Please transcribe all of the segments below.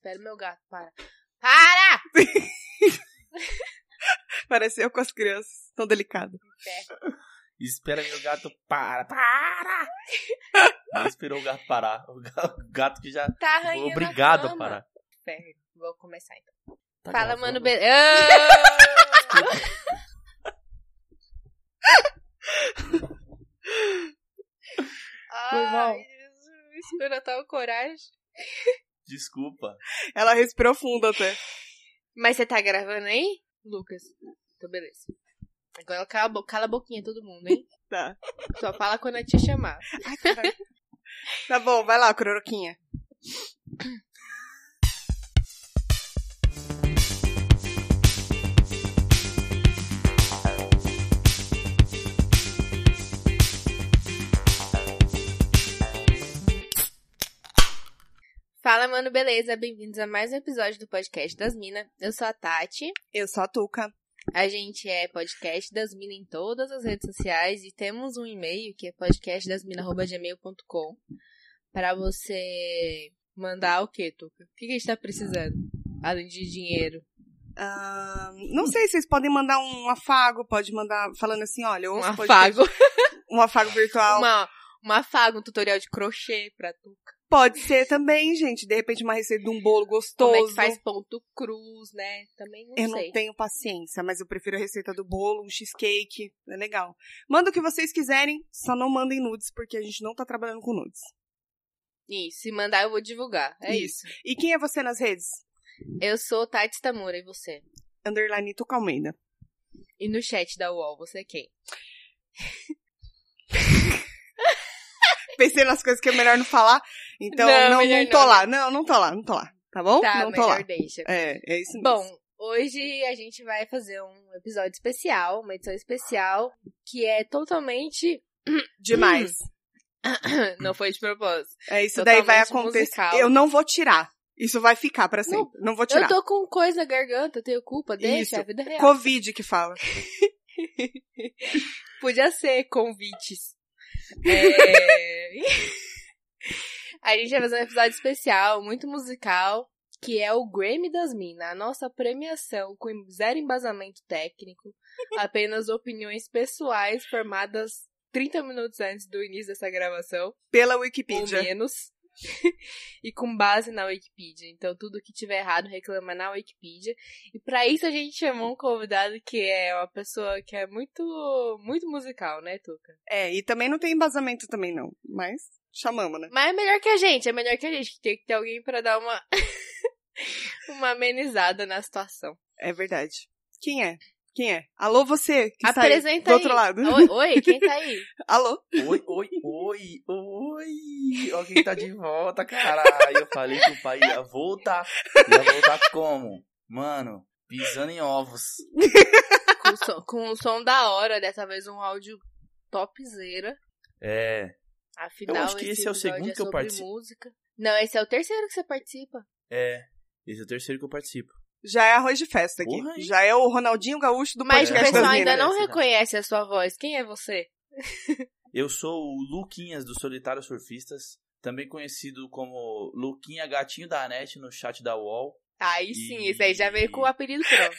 Espera meu gato, para. Para! Pareceu com as crianças, tão delicado. Espera meu gato, para! Não esperou o gato parar. O gato que já Tá foi arranhando obrigado a a parar. Vou começar então. Tá Fala, gravando? mano, Foi mal. Ai, Jesus, eu não tava com coragem. Desculpa. Ela respirou fundo até. Mas você tá gravando aí, Lucas? Então, beleza. Agora cala a boquinha todo mundo, hein? Tá. Só fala quando eu te chamar. Ai, caralho. Tá bom, vai lá, Croroquinha. Fala, mano, beleza? Bem-vindos a mais um episódio do Podcast das Minas. Eu sou a Tati. Eu sou a Tuca. A gente é Podcast das Minas em todas as redes sociais e temos um e-mail que é podcastdasminas@gmail.com para você mandar o quê, Tuca? O que a gente tá precisando? Além de dinheiro. Não sei, vocês podem mandar um afago, pode mandar falando assim, olha, eu Um ouço afago. Um afago virtual. Um afago, um tutorial de crochê pra Tuca. Pode ser também, gente. De repente, uma receita de um bolo gostoso. Como é que faz ponto cruz, né? Também não Eu sei. não tenho paciência, mas eu prefiro a receita do bolo, um cheesecake. É legal. Manda o que vocês quiserem, só não mandem nudes, porque a gente não tá trabalhando com nudes. Isso, se mandar eu vou divulgar. É isso. E quem é você nas redes? Eu sou Tati Tamura, e você? _ Tuca Almeida. E no chat da UOL, você é quem? Pensei nas coisas que é melhor não falar, então não tô lá. Não tô lá. Tá bom? Tá, não tô lá. deixa. É isso mesmo. Bom, hoje a gente vai fazer um episódio especial, uma edição especial, que é totalmente... Demais. Não foi de propósito. É, isso daí vai acontecer. Musical. Eu não vou tirar. Isso vai ficar pra sempre. Não vou tirar. Eu tô com coisa na garganta, tenho culpa, deixa, Isso. é a vida real. Covid que fala. Podia ser convites. A gente vai fazer um episódio especial, muito musical, que é o Grammy das Minas, a nossa premiação com zero embasamento técnico, apenas opiniões pessoais formadas 30 minutos antes do início dessa gravação. Pela Ou Wikipedia. menos. E com base na Wikipedia. Então, tudo que tiver errado, reclama na Wikipedia. E pra isso a gente chamou um convidado que é uma pessoa que é muito, muito musical, né, Tuca? É, e também não tem embasamento também, não. Mas chamamos, né? Mas é melhor que a gente, que tem que ter alguém pra dar uma uma amenizada na situação. É verdade. Quem é? Alô, você que Apresenta está aí do outro lado. Oi, quem tá aí? Alô? Oi. Ó quem tá de volta, caralho. Eu falei que o pai ia voltar. Ia voltar como? Mano, pisando em ovos. Com um som da hora, dessa vez um áudio topzera. É. Afinal, Eu acho que esse é o segundo episódio que eu sobre participo. música. Não, esse é o terceiro que você participa. Esse é o terceiro que eu participo. Já é arroz de festa aqui. Porra, hein? Já é o Ronaldinho Gaúcho do Mas o podcast pessoal das ainda Minas. não reconhece a sua voz. Quem é você? Eu sou o Luquinhas do Solitário Surfistas, também conhecido como Luquinha Gatinho da Net no chat da UOL. Aí sim, esse aí já veio com o apelido pronto.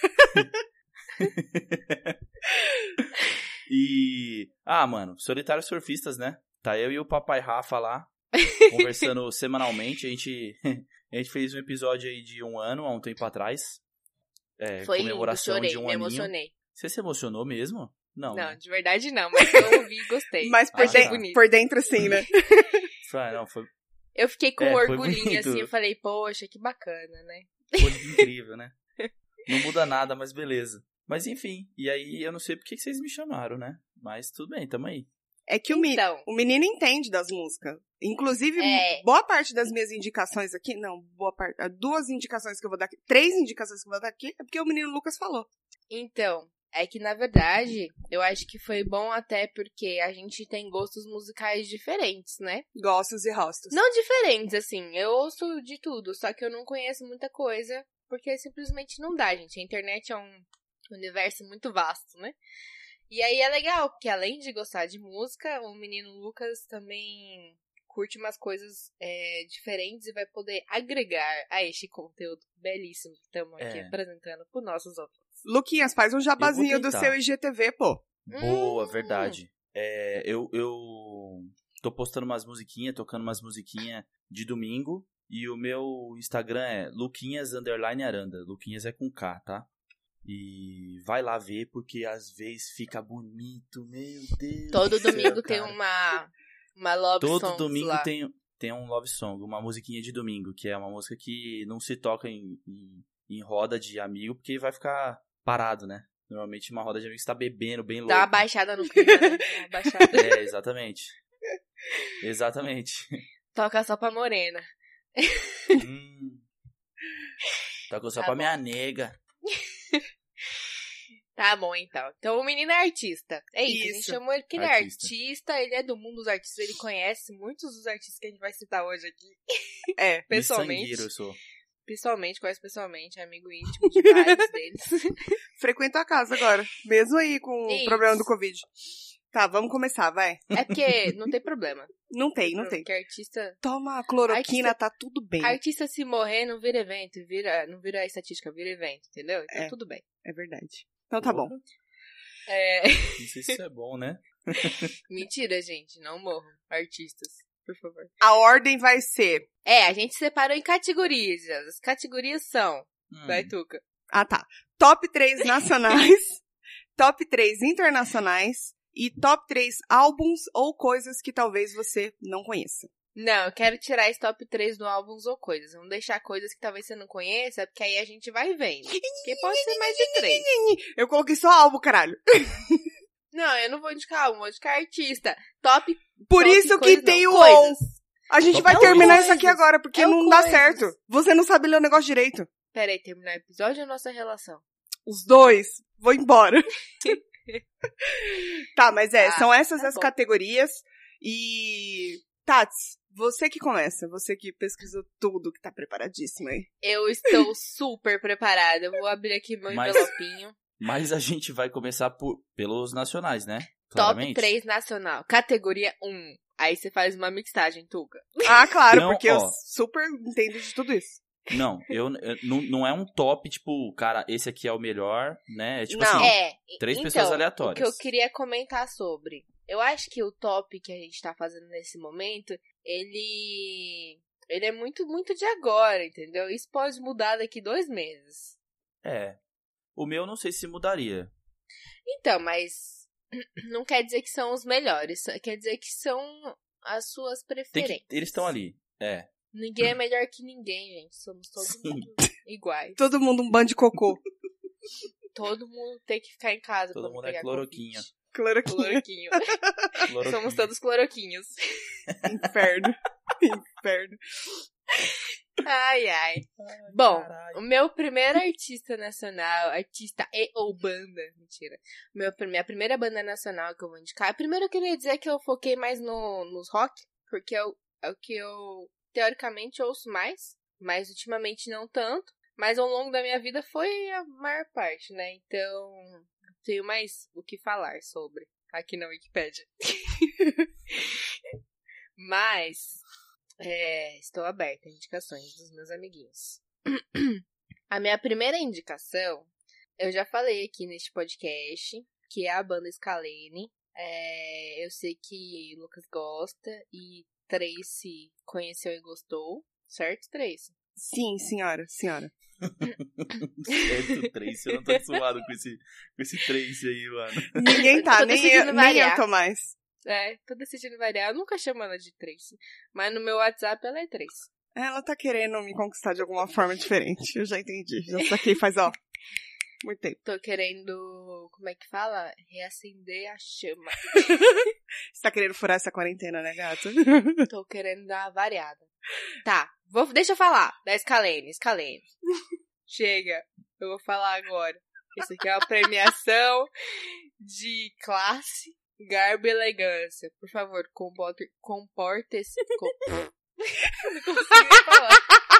Mano, Solitário Surfistas, né? Tá eu e o Papai Rafa lá, conversando semanalmente. A gente fez um episódio aí de 1 ano, há um tempo atrás. Foi comemoração lindo, chorei, de um me aninho. emocionei. Você se emocionou mesmo? Não. Não, de verdade não, mas eu ouvi e gostei. Mas Achei bonito. por dentro sim, né? Foi Eu fiquei com foi orgulhinho bonito. assim, eu falei, poxa, que bacana, né? incrível, né? Não muda nada, mas beleza. Mas enfim, e aí eu não sei por que vocês me chamaram, né? Mas tudo bem, tamo aí. É que o menino entende das músicas. Inclusive, boa parte das minhas indicações aqui, boa parte, 2 indicações que eu vou dar aqui, 3 indicações que eu vou dar aqui, é porque o menino Lucas falou. Então, é que na verdade, eu acho que foi bom até porque a gente tem gostos musicais diferentes, né? Gostos e rostos. Não diferentes, assim, eu ouço de tudo, só que eu não conheço muita coisa, porque simplesmente não dá, gente. A internet é um universo muito vasto, né? E aí é legal, porque além de gostar de música, o menino Lucas também curte umas coisas diferentes e vai poder agregar a este conteúdo belíssimo que estamos aqui apresentando para os nossos ouvintes. Luquinhas, faz um jabazinho do seu IGTV, pô. Boa, verdade. Eu tô postando umas musiquinhas, tocando umas musiquinhas de domingo. E o meu Instagram é Luquinhas_Aranda. Luquinhas é com K, tá? E vai lá ver, porque às vezes fica bonito, meu Deus. Todo domingo tem uma love song. Todo domingo tem um love song, uma musiquinha de domingo, que é uma música que não se toca em roda de amigo, porque vai ficar parado, né? Normalmente uma roda de amigo está bebendo, bem louco. Dá uma baixada no clima, né? Uma baixada. Exatamente. Exatamente. Toca só pra morena. Toca só pra minha nega. Tá bom, então. Então o menino é artista. É isso. A gente chamou ele porque ele é artista, ele é do mundo dos artistas, ele conhece muitos dos artistas que a gente vai citar hoje aqui. Pessoalmente. Eu sou. Pessoalmente, conhece pessoalmente, é amigo íntimo de vários deles. Frequento a casa agora, mesmo aí com o problema do Covid. Tá, vamos começar, vai. É porque não tem problema. Não tem. Porque artista... Toma a cloroquina, tá tudo bem. Artista se morrer não vira evento, não vira estatística, vira evento, entendeu? Então tudo bem. É verdade. Então tá bom. Não sei se isso é bom, né? Mentira, gente, não morram. Artistas, por favor. A ordem vai ser... a gente separou em categorias. As categorias são... Vai, Tuca. Ah, tá. Top 3 nacionais, top 3 internacionais e top 3 álbuns ou coisas que talvez você não conheça. Não, eu quero tirar esse top 3 do álbuns ou coisas. Vamos deixar coisas que talvez você não conheça, porque aí a gente vai vendo. Porque pode ser mais de 3. Eu coloquei só álbum, caralho. Não, eu não vou indicar álbum, vou indicar artista. Top. Por top isso que tem o coisas. A gente vai terminar isso aqui agora, porque não dá certo. Você não sabe ler o negócio direito. Peraí, terminar o episódio ou a nossa relação? Os dois. Vou embora. Tá, mas são essas as categorias. E... Tats, você que começa. Você que pesquisou tudo, que tá preparadíssima aí. Eu estou super preparada. Eu vou abrir aqui meu envelopinho. Mas a gente vai começar pelos nacionais, né? Claramente. Top 3 nacional. Categoria 1. Aí você faz uma mixagem, Tuca. Ah, claro, não, porque eu super entendo de tudo isso. Não, não é um top, tipo, cara, esse aqui é o melhor, né? É tipo não. assim, 3 pessoas aleatórias. O que eu queria comentar sobre. Eu acho que o top que a gente tá fazendo nesse momento, ele é muito, muito de agora, entendeu? Isso pode mudar daqui 2 meses. O meu não sei se mudaria. Então, mas não quer dizer que são os melhores, quer dizer que são as suas preferências. Eles estão ali, Ninguém é melhor que ninguém, gente. Somos todos iguais. Todo mundo um bando de cocô. Todo mundo tem que ficar em casa. Todo mundo é cloroquinho. Cloroquinho. Somos todos cloroquinhos. Inferno. Inferno. Ai. Bom, caralho. O meu primeiro artista nacional, artista ou banda, mentira. Minha primeira banda nacional que eu vou indicar. Primeiro eu queria dizer que eu foquei mais nos rock, porque é o que eu teoricamente ouço mais, mas ultimamente não tanto. Mas ao longo da minha vida foi a maior parte, né? Então, tenho mais o que falar sobre aqui na Wikipédia. Mas, estou aberta a indicações dos meus amiguinhos. A minha primeira indicação, eu já falei aqui neste podcast, que é a banda Scalene. Eu sei que o Lucas gosta e Tracy conheceu e gostou, certo, Tracy? Sim, senhora. Certo, Tracy. Eu não tô acostumado com esse Tracy aí, mano. Ninguém tá, nem eu tô mais. Tô decidindo variar. Eu nunca chamo ela de Tracy. Mas no meu WhatsApp ela é Tracy. Ela tá querendo me conquistar de alguma forma diferente. Eu já entendi. Já saquei faz, muito tempo. Tô querendo, como é que fala? Reacender a chama. Você tá querendo furar essa quarentena, né, gato? Tô querendo dar uma variada. Tá, deixa eu falar da Scalene. Chega, eu vou falar agora. Isso aqui é uma premiação de classe, garbo e elegância. Por favor, comporte-se. Não consegui falar.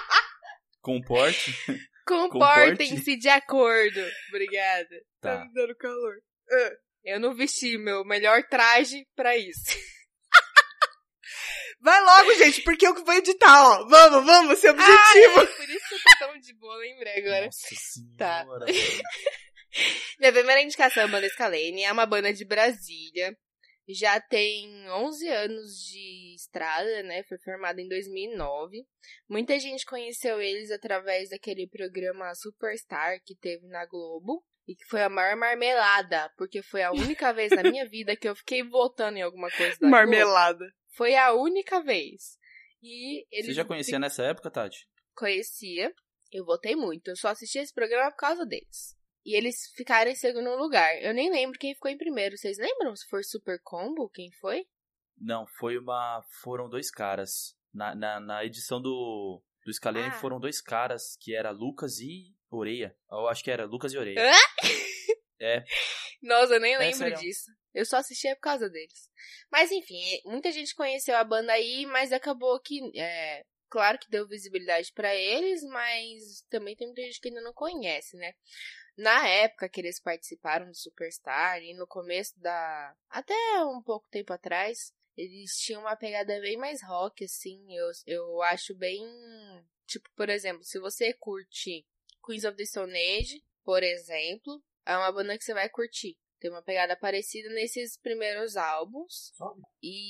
Comportem-se de acordo. Obrigada. Tá me dando calor. Eu não vesti meu melhor traje pra isso. Vai logo, gente, porque eu vou editar, ó. Vamos, seu objetivo. Por isso que eu tô tão de boa, lembrei agora. Nossa senhora. Tá. Minha primeira indicação é a banda Scalene, é uma banda de Brasília. Já tem 11 anos de estrada, né? Foi formada em 2009. Muita gente conheceu eles através daquele programa Superstar que teve na Globo. E que foi a maior marmelada, porque foi a única vez na minha vida que eu fiquei votando em alguma coisa da Marmelada. Globo. Foi a única vez. E eles... Você já conhecia nessa época, Tati? Conhecia. Eu votei muito. Eu só assisti esse programa por causa deles. E eles ficaram em segundo lugar. Eu nem lembro quem ficou em primeiro. Vocês lembram se foi Super Combo? Quem foi? Não, foram 2 caras. Na edição do Scalene foram 2 caras, que era Lucas e Oreia. Eu acho que era Lucas e Oreia. Hã? É. Nossa, eu nem lembro sério. disso. Eu só assistia por causa deles. Mas enfim, muita gente conheceu a banda aí, mas acabou que... claro que deu visibilidade pra eles, mas também tem muita gente que ainda não conhece, né? Na época que eles participaram do Superstar, e no começo até um pouco tempo atrás, eles tinham uma pegada bem mais rock, assim. Eu acho bem... Tipo, por exemplo, se você curte Queens of the Stone Age, por exemplo, é uma banda que você vai curtir. Tem uma pegada parecida nesses primeiros álbuns. E...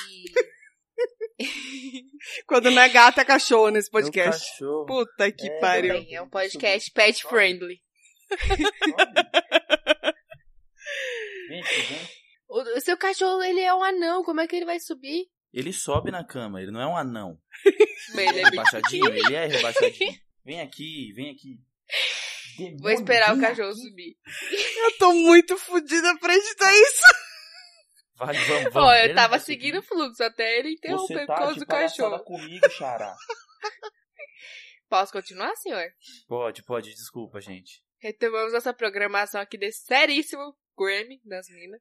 Quando não é gato, é cachorro nesse podcast. É cachorro. Puta que pariu. Bem, é um podcast pet friendly. Vem. O seu cachorro, ele é um anão. Como é que ele vai subir? Ele sobe na cama, ele não é um anão. Bem, Ele é rebaixadinho, ele é rebaixadinho. Vem aqui. Demônio, Vou esperar o vem cachorro aqui. subir. Eu tô muito fodida pra editar isso. Vai, vamos. Ó, eu Ele tava vai seguindo subir. o fluxo até ele interromper por causa do cachorro. Comigo, Xará. Posso continuar, senhor? Pode, desculpa, gente. Retomamos nossa programação aqui desse seríssimo Grammy das minas.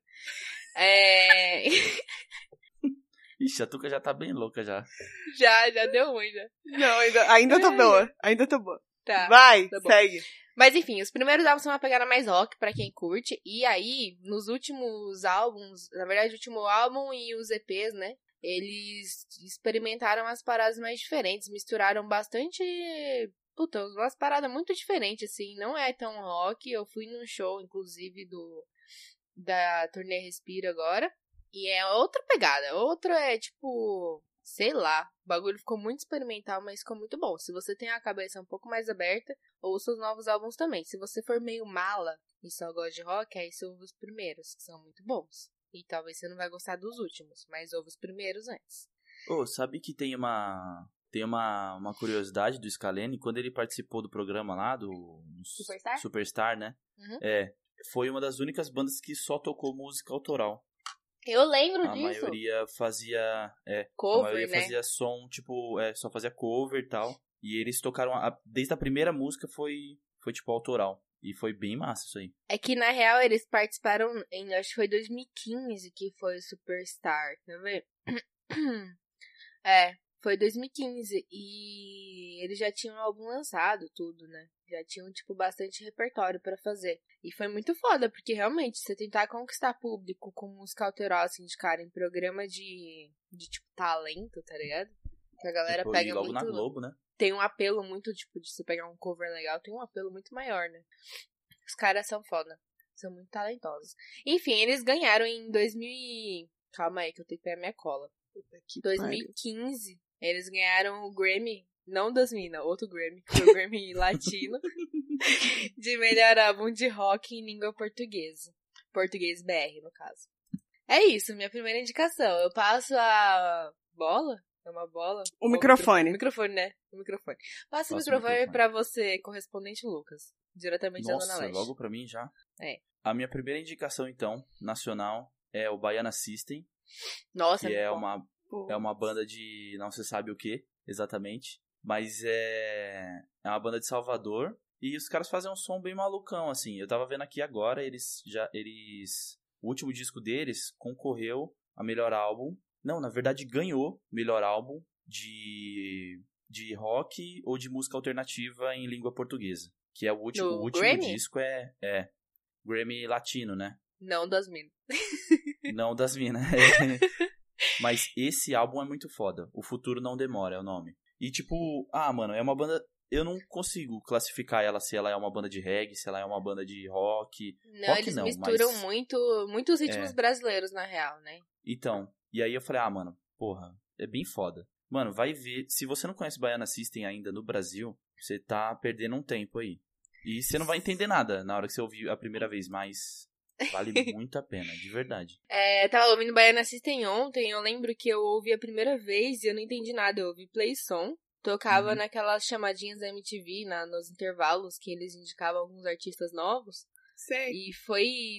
Ixi, a Tuca já tá bem louca já. Já deu ruim, já. Não, ainda tô boa. Ainda tô boa. Tá. Vai, tá bom. segue. Mas enfim, os primeiros álbuns são uma pegada mais rock pra quem curte. E aí, nos últimos álbuns, na verdade, o último álbum e os EPs, né? Eles experimentaram umas paradas mais diferentes, misturaram bastante... Puta, umas paradas muito diferentes, assim. Não é tão rock. Eu fui num show, inclusive, da turnê Respira agora. E é outra pegada. Outra é, tipo... Sei lá. O bagulho ficou muito experimental, mas ficou muito bom. Se você tem a cabeça um pouco mais aberta, ouça os novos álbuns também. Se você for meio mala e só gosta de rock, aí você ouve os primeiros, que são muito bons. E talvez você não vai gostar dos últimos, mas ouve os primeiros antes. Sabe que tem uma curiosidade do Scalene? Quando ele participou do programa lá, do Superstar, né? Uhum. Foi uma das únicas bandas que só tocou música autoral. Eu lembro disso. A maioria fazia... cover, a maioria né? fazia som, tipo... só fazia cover e tal. E eles tocaram... desde a primeira música foi tipo autoral. E foi bem massa isso aí. É que, na real, eles participaram em... Acho que foi 2015 que foi o Superstar. Tá vendo? Foi 2015. E eles já tinham álbum lançado, tudo, né? Já tinham, tipo, bastante repertório pra fazer. E foi muito foda, porque realmente, você tentar conquistar público com música autoral, assim, de cara, em programa de tipo, talento, tá ligado? Que a galera pega logo muito... na Globo, né? Tem um apelo muito, tipo, de você pegar um cover legal, tem um apelo muito maior, né? Os caras são foda. São muito talentosos. Enfim, eles ganharam em 2000 Calma aí, que eu tenho que pegar minha cola. 2015, eles ganharam o Grammy, não das minas, outro Grammy, que foi o Grammy latino, de melhor álbum de rock em língua portuguesa. Português BR, no caso. É isso, minha primeira indicação. Eu passo a bola? É uma bola? O microfone. O microfone, né? O microfone. Passa o microfone pra você, correspondente Lucas. Diretamente da Zona Leste. Logo pra mim já? É. A minha primeira indicação, então, nacional, é o Baiana System. Nossa, que é uma banda de não se sabe o que, exatamente. Mas é uma banda de Salvador. E os caras fazem um som bem malucão, assim. Eu tava vendo aqui agora, o último disco deles concorreu a melhor álbum. Não, na verdade ganhou melhor álbum de rock ou de música alternativa em língua portuguesa. Que é o último disco é Grammy Latino, né? Não das minas. Não das minas. Mas esse álbum é muito foda. O Futuro Não Demora é o nome. E tipo, mano, é uma banda... Eu não consigo classificar ela se ela é uma banda de reggae, se ela é uma banda de rock. Não, rock eles misturam muitos ritmos brasileiros, na real, né? Então, e aí eu falei, mano, porra, é bem foda. Mano, vai ver. Se você não conhece Baiana System ainda no Brasil, você tá perdendo um tempo aí. E você não vai entender nada na hora que você ouvir a primeira vez, mas vale muito a pena, de verdade. Eu tava ouvindo Baiana System ontem, eu lembro que eu ouvi a primeira vez e eu não entendi nada. Eu ouvi Play Som, tocava naquelas chamadinhas da MTV, nos intervalos, que eles indicavam alguns artistas novos. Sei. E foi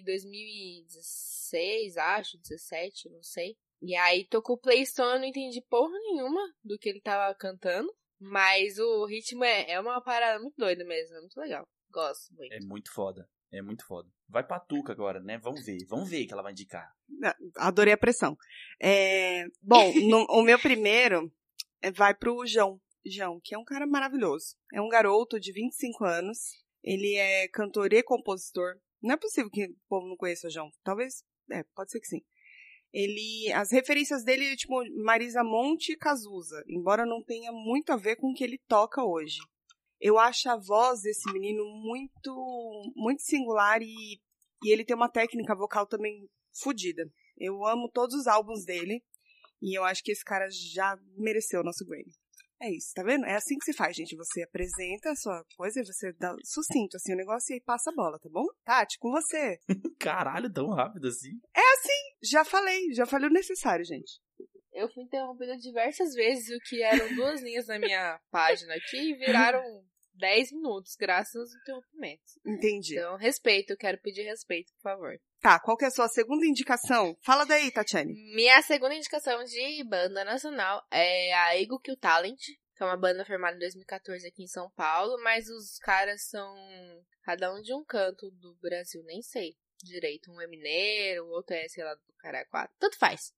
2016, acho, 17, não sei. E aí tocou Play Som, eu não entendi porra nenhuma do que ele tava cantando. Mas o ritmo é uma parada muito doida mesmo, é muito legal. Gosto muito. É muito foda, é muito foda. Vai pra Tuca agora, né? Vamos ver que ela vai indicar. Adorei a pressão. Bom, o meu primeiro vai pro João, que é um cara maravilhoso. É um garoto de 25 anos. Ele é cantor e compositor. Não é possível que o povo não conheça o João. Talvez, pode ser que sim. As referências dele é tipo Marisa Monte e Cazuza, embora não tenha muito a ver com o que ele toca hoje. Eu acho a voz desse menino muito, muito singular e ele tem uma técnica vocal também fodida. Eu amo todos os álbuns dele e eu acho que esse cara já mereceu o nosso Grammy. É isso, tá vendo? É assim que se faz, gente. Você apresenta a sua coisa e você dá sucinto, assim, o negócio e aí passa a bola, tá bom? Tati, com você. Caralho, tão rápido assim? É assim, já falei o necessário, gente. Eu fui interrompida diversas vezes, o que eram 2 linhas na minha página aqui e viraram 10 minutos, graças aos interrompimentos. Entendi. Então, respeito, quero pedir respeito, por favor. Tá, qual que é a sua segunda indicação? Fala daí, Tatiane. Minha segunda indicação de banda nacional é a Eagle Kill Talent, que é uma banda formada em 2014 aqui em São Paulo, mas os caras são cada um de um canto do Brasil, nem sei direito. Um é mineiro, o outro é, sei lá, do Caraguá. Tanto faz.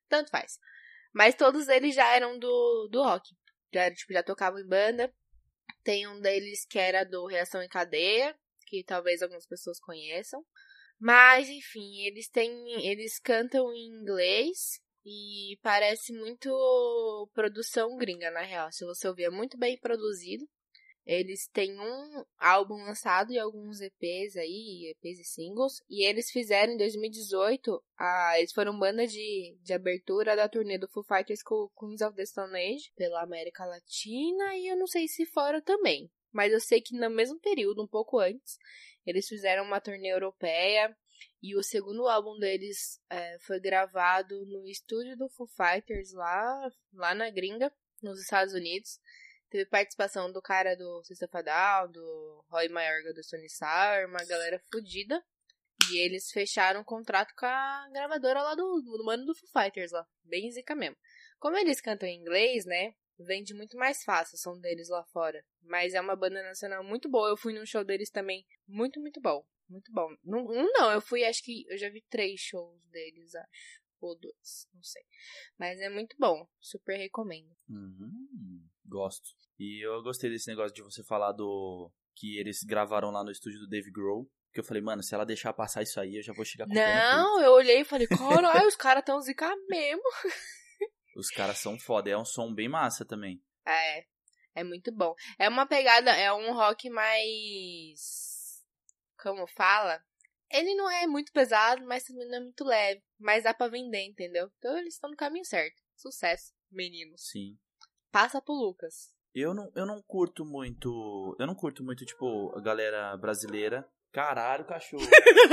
Mas todos eles já eram do rock. Já tocavam em banda. Tem um deles que era do Reação em Cadeia, que talvez algumas pessoas conheçam. Mas, enfim, eles cantam em inglês e parece muito produção gringa, na real. Se você ouvir, é muito bem produzido. Eles têm um álbum lançado e alguns EPs aí, EPs e singles. E eles fizeram em 2018, eles foram banda de abertura da turnê do Foo Fighters com Queens of the Stone Age pela América Latina e eu não sei se fora também. Mas eu sei que no mesmo período, um pouco antes, eles fizeram uma turnê europeia e o segundo álbum deles foi gravado no estúdio do Foo Fighters lá na gringa, nos Estados Unidos. Teve participação do cara do System of a Down, do Roy Mayorga do Stone Sour, uma galera fodida. E eles fecharam um contrato com a gravadora lá do mano do Foo Fighters lá. Bem zica mesmo. Como eles cantam em inglês, né? Vende muito mais fácil o som deles lá fora. Mas é uma banda nacional muito boa. Eu fui num show deles também. Muito, muito bom. Muito bom. Eu fui, acho que eu já vi 3 shows deles, acho. Ou 2, não sei. Mas é muito bom. Super recomendo. Gosto. E eu gostei desse negócio de você falar que eles gravaram lá no estúdio do Dave Grohl. Que eu falei, mano, se ela deixar passar isso aí, eu já vou chegar com o pé no peito. Eu olhei e falei, caralho, os caras tão zica mesmo. Os caras são foda. É um som bem massa também. É muito bom. É uma pegada, é um rock mais... Como fala? Ele não é muito pesado, mas também não é muito leve. Mas dá pra vender, entendeu? Então eles estão no caminho certo. Sucesso, meninos. Sim. Passa pro Lucas. Eu não curto muito... Eu não curto muito, tipo, a galera brasileira. Caralho, cachorro.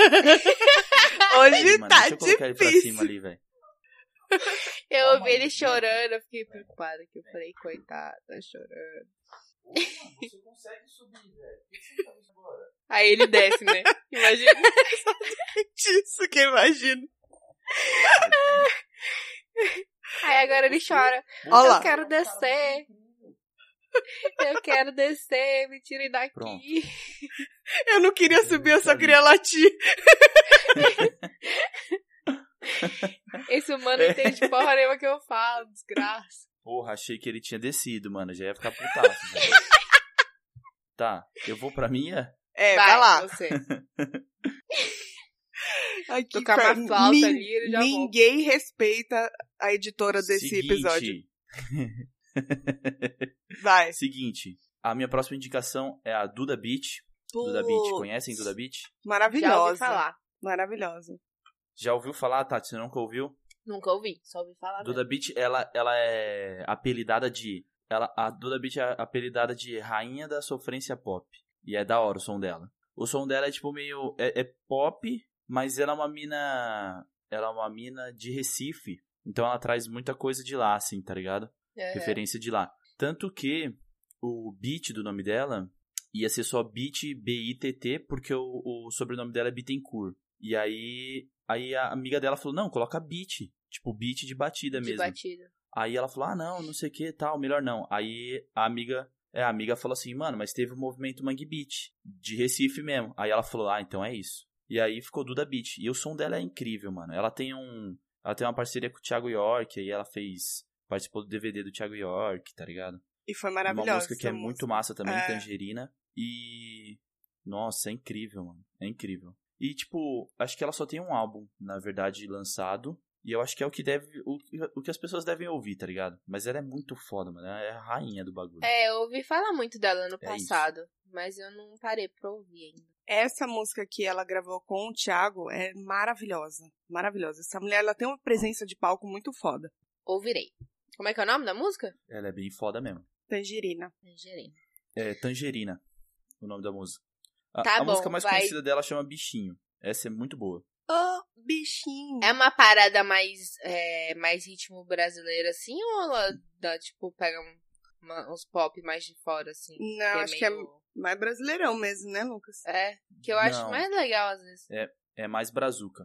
Hoje mano, tá deixa eu colocar ele pra cima ali, velho. Eu ouvi ele chorando, eu fiquei preocupada. Que eu falei, coitado, tá chorando. Você consegue subir, velho. Por que você tá fazendo agora? Aí ele desce, né? Imagina. Isso que eu imagino. Aí agora ele chora. Olá. Eu quero descer. Eu quero descer, me tirem daqui. Pronto. Eu não queria subir, eu só queria latir. Esse humano não entende porra nenhuma que eu falo, desgraça. Porra, achei que ele tinha descido, mano. Já ia ficar putaço. Já. Tá, eu vou pra minha? Vai lá. Você. Aqui, tocar uma flauta ali, ele já ninguém respeita a editora desse Seguinte. episódio. Vai. Seguinte, a minha próxima indicação é a Duda Beat. Duda Beat, conhecem Duda Beat? Maravilhosa. Já ouvi falar. Maravilhosa. Já ouviu falar, Tati? Você nunca ouviu? Nunca ouvi, só ouvi falar. Duda Beat, ela é apelidada de... a Duda Beat é apelidada de rainha da sofrência pop. E é da hora o som dela. O som dela é tipo meio... É pop, mas ela é uma mina... Ela é uma mina de Recife. Então ela traz muita coisa de lá, assim, tá ligado? Referência de lá. Tanto que o beat do nome dela ia ser só Beat, B-I-T-T, porque o sobrenome dela é Bittencourt. E aí a amiga dela falou, não, coloca beat. Tipo, beat de batida mesmo. De batida. Aí ela falou, não sei o que, tal, melhor não. Aí a amiga falou assim, mano, mas teve o movimento Mangue Beat, de Recife mesmo. Aí ela falou, então é isso. E aí ficou Duda Beat. E o som dela é incrível, mano. Ela tem uma parceria com o Thiago York, aí ela participou do DVD do Thiago York, tá ligado? E foi maravilhosa. Uma música que é muito massa também, É. Tangerina. E... Nossa, é incrível, mano. É incrível. E, tipo, acho que ela só tem um álbum, na verdade, lançado. E eu acho que é o que as pessoas devem ouvir, tá ligado? Mas ela é muito foda, mano. Ela é a rainha do bagulho. Eu ouvi falar muito dela no É passado, mas eu não parei pra ouvir ainda. Essa música que ela gravou com o Thiago é maravilhosa. Maravilhosa. Essa mulher, ela tem uma presença de palco muito foda. Ouvirei. Como é que é o nome da música? Ela é bem foda mesmo. Tangerina. Tangerina. É Tangerina, o nome da música. Tá a bom, música mais vai. conhecida dela chama Bichinho. Essa é muito boa. Ô, bichinho. É uma parada mais ritmo brasileiro, assim, ou ela pega uns pop mais de fora, assim? Não, acho que é mais brasileirão mesmo, né, Lucas? Que eu acho Não. mais legal, às vezes. É mais brazuca.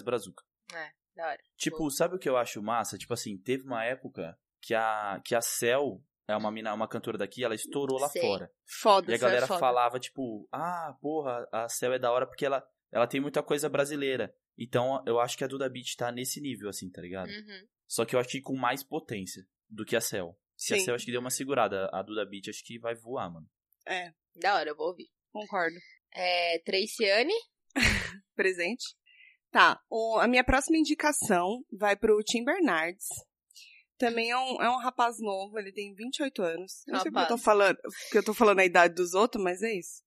Da hora. Tipo, sabe o que eu acho massa? Tipo assim, teve uma época que a Cel é uma cantora daqui, ela estourou lá Sei. fora. Foda, E a isso é galera foda. falava, tipo, porra, a Cel é da hora porque ela tem muita coisa brasileira. Então, eu acho que a Duda Beat tá nesse nível, assim, tá ligado? Uhum. Só que eu acho que com mais potência do que a Cel. Se a Sim. Cel acho que deu uma segurada, a Duda Beat acho que vai voar, mano. É, Da hora, eu vou ouvir. concordo. Traciane. Presente. Tá, a minha próxima indicação vai pro Tim Bernardes. Também é um rapaz novo, ele tem 28 anos. Eu não sei porque eu tô falando a idade dos outros, mas é isso.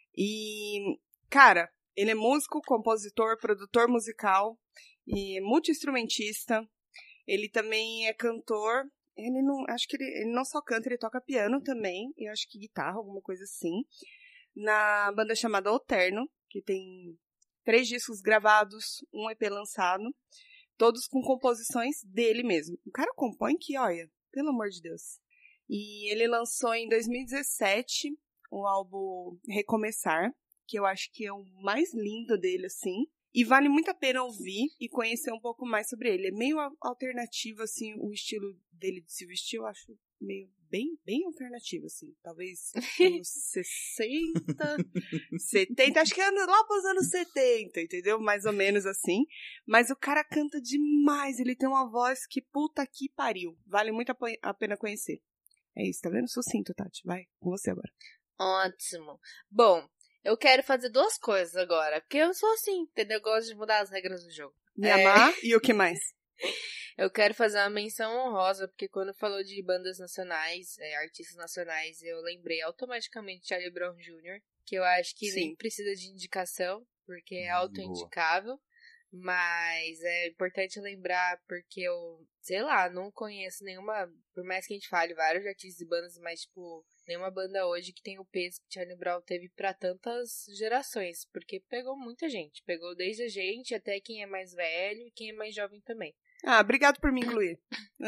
E, cara, ele é músico, compositor, produtor musical e multi-instrumentista. Ele também é cantor. Acho que ele não só canta, ele toca piano também. E acho que guitarra, alguma coisa assim. Na banda chamada O Terno, que tem 3 discos gravados, um EP lançado. Todos com composições dele mesmo. O cara compõe que, olha, pelo amor de Deus. E ele lançou em 2017 o álbum Recomeçar, que eu acho que é o mais lindo dele, assim. E vale muito a pena ouvir e conhecer um pouco mais sobre ele. É meio alternativo, assim, o estilo dele de se vestir, eu acho meio bem alternativo, assim. Talvez anos 60, 70, acho que é lá pros anos 70, entendeu? Mais ou menos assim. Mas o cara canta demais, ele tem uma voz que puta que pariu. Vale muito a pena conhecer. É isso, tá vendo? Sucinto, Tati. Vai, com você agora. Ótimo. Bom, eu quero fazer 2 coisas agora, porque eu sou assim, entendeu? Eu gosto de mudar as regras do jogo. Me amar e o que mais? Eu quero fazer uma menção honrosa, porque quando falou de bandas nacionais, artistas nacionais, eu lembrei automaticamente de Charlie Brown Jr., que eu acho que nem precisa de indicação, porque é autoindicável. Mas é importante lembrar, porque eu, sei lá, não conheço nenhuma, por mais que a gente fale vários artistas e bandas, mas, tipo, nenhuma banda hoje que tem o peso que Charlie Brown teve pra tantas gerações, porque pegou muita gente, pegou desde a gente até quem é mais velho e quem é mais jovem também. Obrigado por me incluir.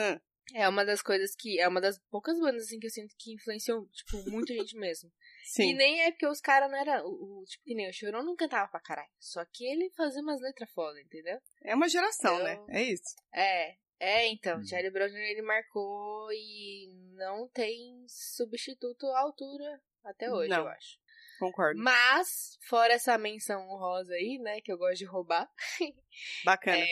É uma das coisas que, é uma das poucas bandas, assim, que eu sinto que influenciou, tipo, muita gente mesmo. Sim. E nem é porque os caras não eram, tipo, que nem o Chorão não cantava pra caralho. Só que ele fazia umas letras foda, entendeu? É uma geração, né? É isso. Então, Charlie Brown Jr. ele marcou e não tem substituto à altura até hoje, não. Eu acho. Concordo. Mas, fora essa menção honrosa aí, né, que eu gosto de roubar. Bacana.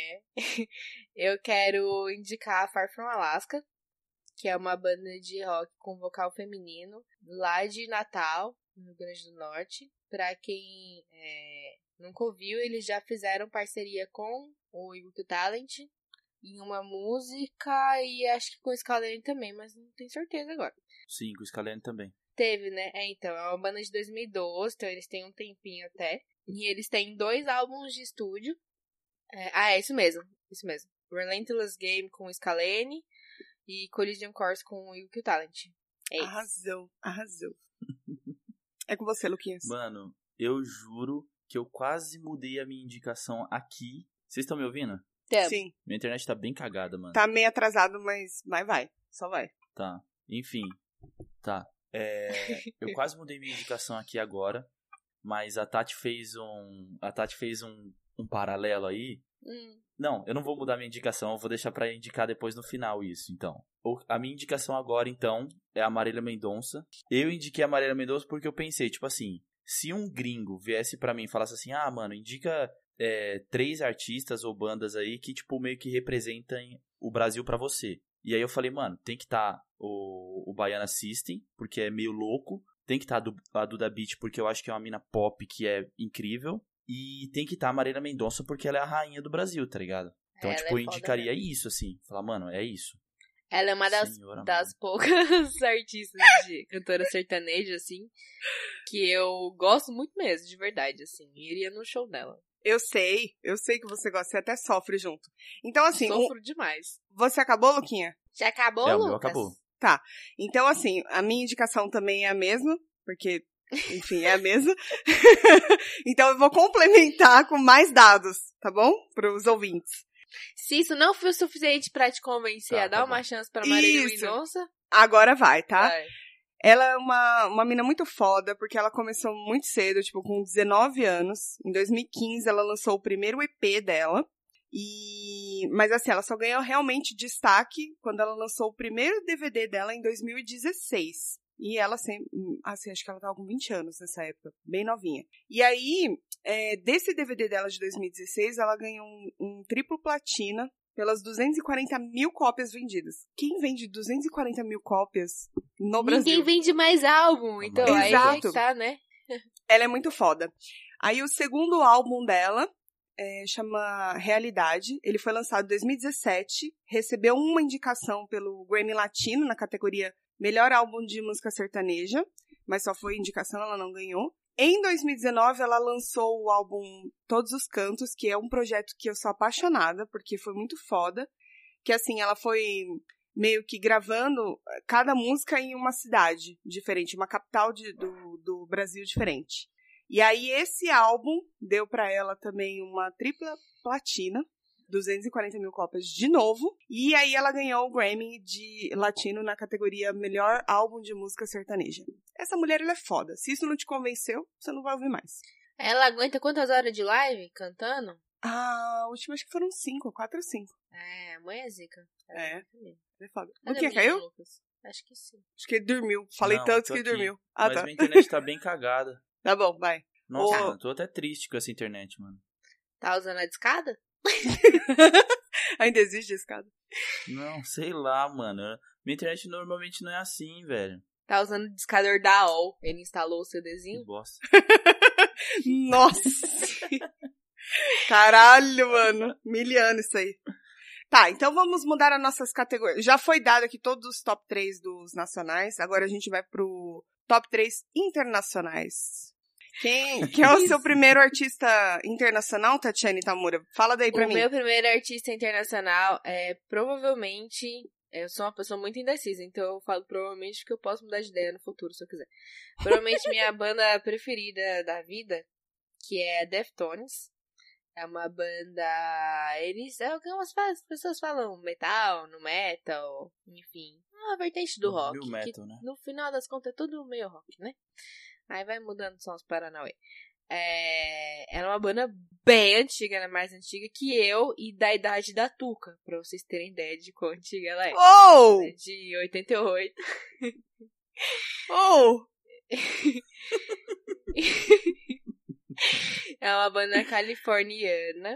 Eu quero indicar a Far From Alaska, que é uma banda de rock com vocal feminino, lá de Natal, no Rio Grande do Norte. Pra quem nunca ouviu, eles já fizeram parceria com o Igor Talent, em uma música e acho que com o Scalene também, mas não tenho certeza agora. Sim, com o Scalene também. Teve, né? Então, é uma banda de 2012, então eles têm um tempinho até. E eles têm 2 álbuns de estúdio. É isso mesmo. Relentless Game com o Scalene e Collision Course com o Yuki Talent. É isso. Arrasou. É com você, Luquinhas. Mano, eu juro que eu quase mudei a minha indicação aqui. Vocês estão me ouvindo? Sim. Minha internet tá bem cagada, mano. Tá meio atrasado, mas vai. Só vai. Tá. Enfim. Tá. Eu quase mudei minha indicação aqui agora, mas a Tati fez um paralelo aí. Não, eu não vou mudar minha indicação, eu vou deixar pra indicar depois no final isso, então. A minha indicação agora, então, é a Marília Mendonça. Eu indiquei a Marília Mendonça porque eu pensei, tipo assim, se um gringo viesse pra mim e falasse assim, mano, indica 3 artistas ou bandas aí que, tipo, meio que representem o Brasil pra você. E aí eu falei, mano, tem que estar o Baiana System, porque é meio louco. Tem que estar a Duda Beat, porque eu acho que é uma mina pop que é incrível. E tem que estar a Marília Mendonça, porque ela é a rainha do Brasil, tá ligado? Então, ela tipo, eu é foda, indicaria né? isso, assim. Falar, mano, é isso. Ela é uma Senhora, das poucas artistas de cantora sertaneja, assim, que eu gosto muito mesmo, de verdade, assim. Iria no show dela. Eu sei que você gosta, você até sofre junto. Então, assim... Sofro demais. Você acabou, Luquinha? Já acabou, o Lucas? meu acabou. Tá. Então, assim, a minha indicação também é a mesma, porque, enfim, é a mesma. Então, eu vou complementar com mais dados, tá bom? Para os ouvintes. Se isso não for suficiente pra te convencer a dar uma chance pra Marília Mendonça... Agora vai, tá? Vai. Ela é uma mina muito foda, porque ela começou muito cedo, tipo, com 19 anos. Em 2015, ela lançou o primeiro EP dela. Mas, assim, ela só ganhou realmente destaque quando ela lançou o primeiro DVD dela em 2016. E ela sempre... Assim, acho que ela tava com 20 anos nessa época, bem novinha. E aí, desse DVD dela de 2016, ela ganhou um triplo platina pelas 240 mil cópias vendidas. Quem vende 240 mil cópias no Brasil? Ninguém vende mais álbum, então Exato. Aí é que tá, né? Ela é muito foda. Aí o segundo álbum dela chama Realidade. Ele foi lançado em 2017, recebeu uma indicação pelo Grammy Latino na categoria Melhor Álbum de Música Sertaneja, mas só foi indicação, ela não ganhou. Em 2019, ela lançou o álbum Todos os Cantos, que é um projeto que eu sou apaixonada, porque foi muito foda. Que, assim, ela foi meio que gravando cada música em uma cidade diferente, uma capital do Brasil diferente. E aí, esse álbum deu pra ela também uma tripla platina, 240 mil cópias de novo. E aí ela ganhou o Grammy de Latino na categoria Melhor Álbum de Música Sertaneja. Essa mulher, ela é foda. Se isso não te convenceu, você não vai ouvir mais. Ela aguenta quantas horas de live cantando? A última acho que foram 4 ou 5. A mãe é zica. É foda. Cadê Luquinha, o caiu? Lucas? Acho que sim. Acho que ele dormiu. Falei Não, tanto tô que ele aqui. dormiu. Mas Tá. minha internet tá bem cagada. Tá bom, vai. Nossa, mano, tô até triste com essa internet, mano. Tá usando a discada? Ainda existe escada? Não, sei lá, mano. Minha internet normalmente não é assim, velho. Tá usando o discador da AOL. Ele instalou o Que CDzinho? bosta. Nossa! Caralho, mano. Miliano isso aí. Tá, então vamos mudar as nossas categorias. Já foi dado aqui todos os top 3 dos nacionais. Agora a gente vai pro top 3 internacionais. Quem é o seu primeiro artista internacional, Tatiane Tamura? Fala daí pra mim. O meu primeiro artista internacional é provavelmente... Eu sou uma pessoa muito indecisa, então eu falo provavelmente porque eu posso mudar de ideia no futuro, se eu quiser. Provavelmente minha banda preferida da vida, que é Deftones. É uma banda... Eles... É o que as pessoas falam, metal, no metal, enfim. Uma vertente do rock. New metal, né? No final das contas é tudo meio rock, né? Aí vai mudando só os Paranauê. Ela é uma banda bem antiga, ela é mais antiga que eu e da idade da Tuca, pra vocês terem ideia de quão antiga ela é. Oh! Ela é de 88. Oh! É uma banda californiana.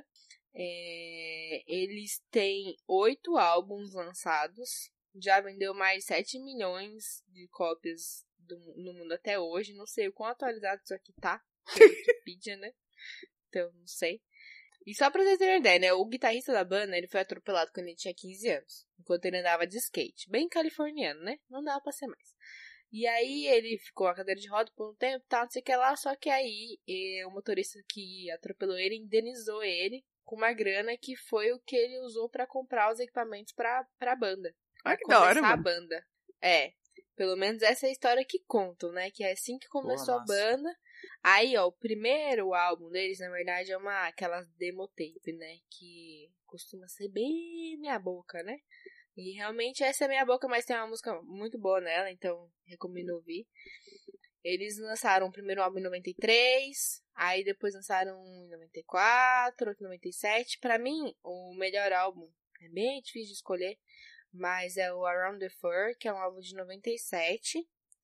Eles têm 8 álbuns lançados. Já vendeu mais 7 milhões de cópias no mundo até hoje. Não sei o quão atualizado isso aqui tá. Wikipedia, né? Então, não sei. E só pra vocês terem uma ideia, né? O guitarrista da banda, ele foi atropelado quando ele tinha 15 anos. Enquanto ele andava de skate. Bem californiano, né? Não dava pra ser mais. E aí ele ficou na cadeira de roda por um tempo, tal, não sei o que lá. Só que aí o motorista que atropelou ele indenizou ele com uma grana que foi o que ele usou pra comprar os equipamentos pra banda. Ai, que da hora, começar a mano. banda. Pelo menos essa é a história que contam, né? Que é assim que começou a banda. Aí, ó, o primeiro álbum deles, na verdade, é aquelas demo tape, né? Que costuma ser bem minha boca, né? E realmente essa é minha boca, mas tem uma música muito boa nela, então recomendo ouvir. Eles lançaram o primeiro álbum em 93, aí depois lançaram um em 94, outro em 97. Pra mim, o melhor álbum, é bem difícil de escolher, mas é o Around the Fur, que é um álbum de 97.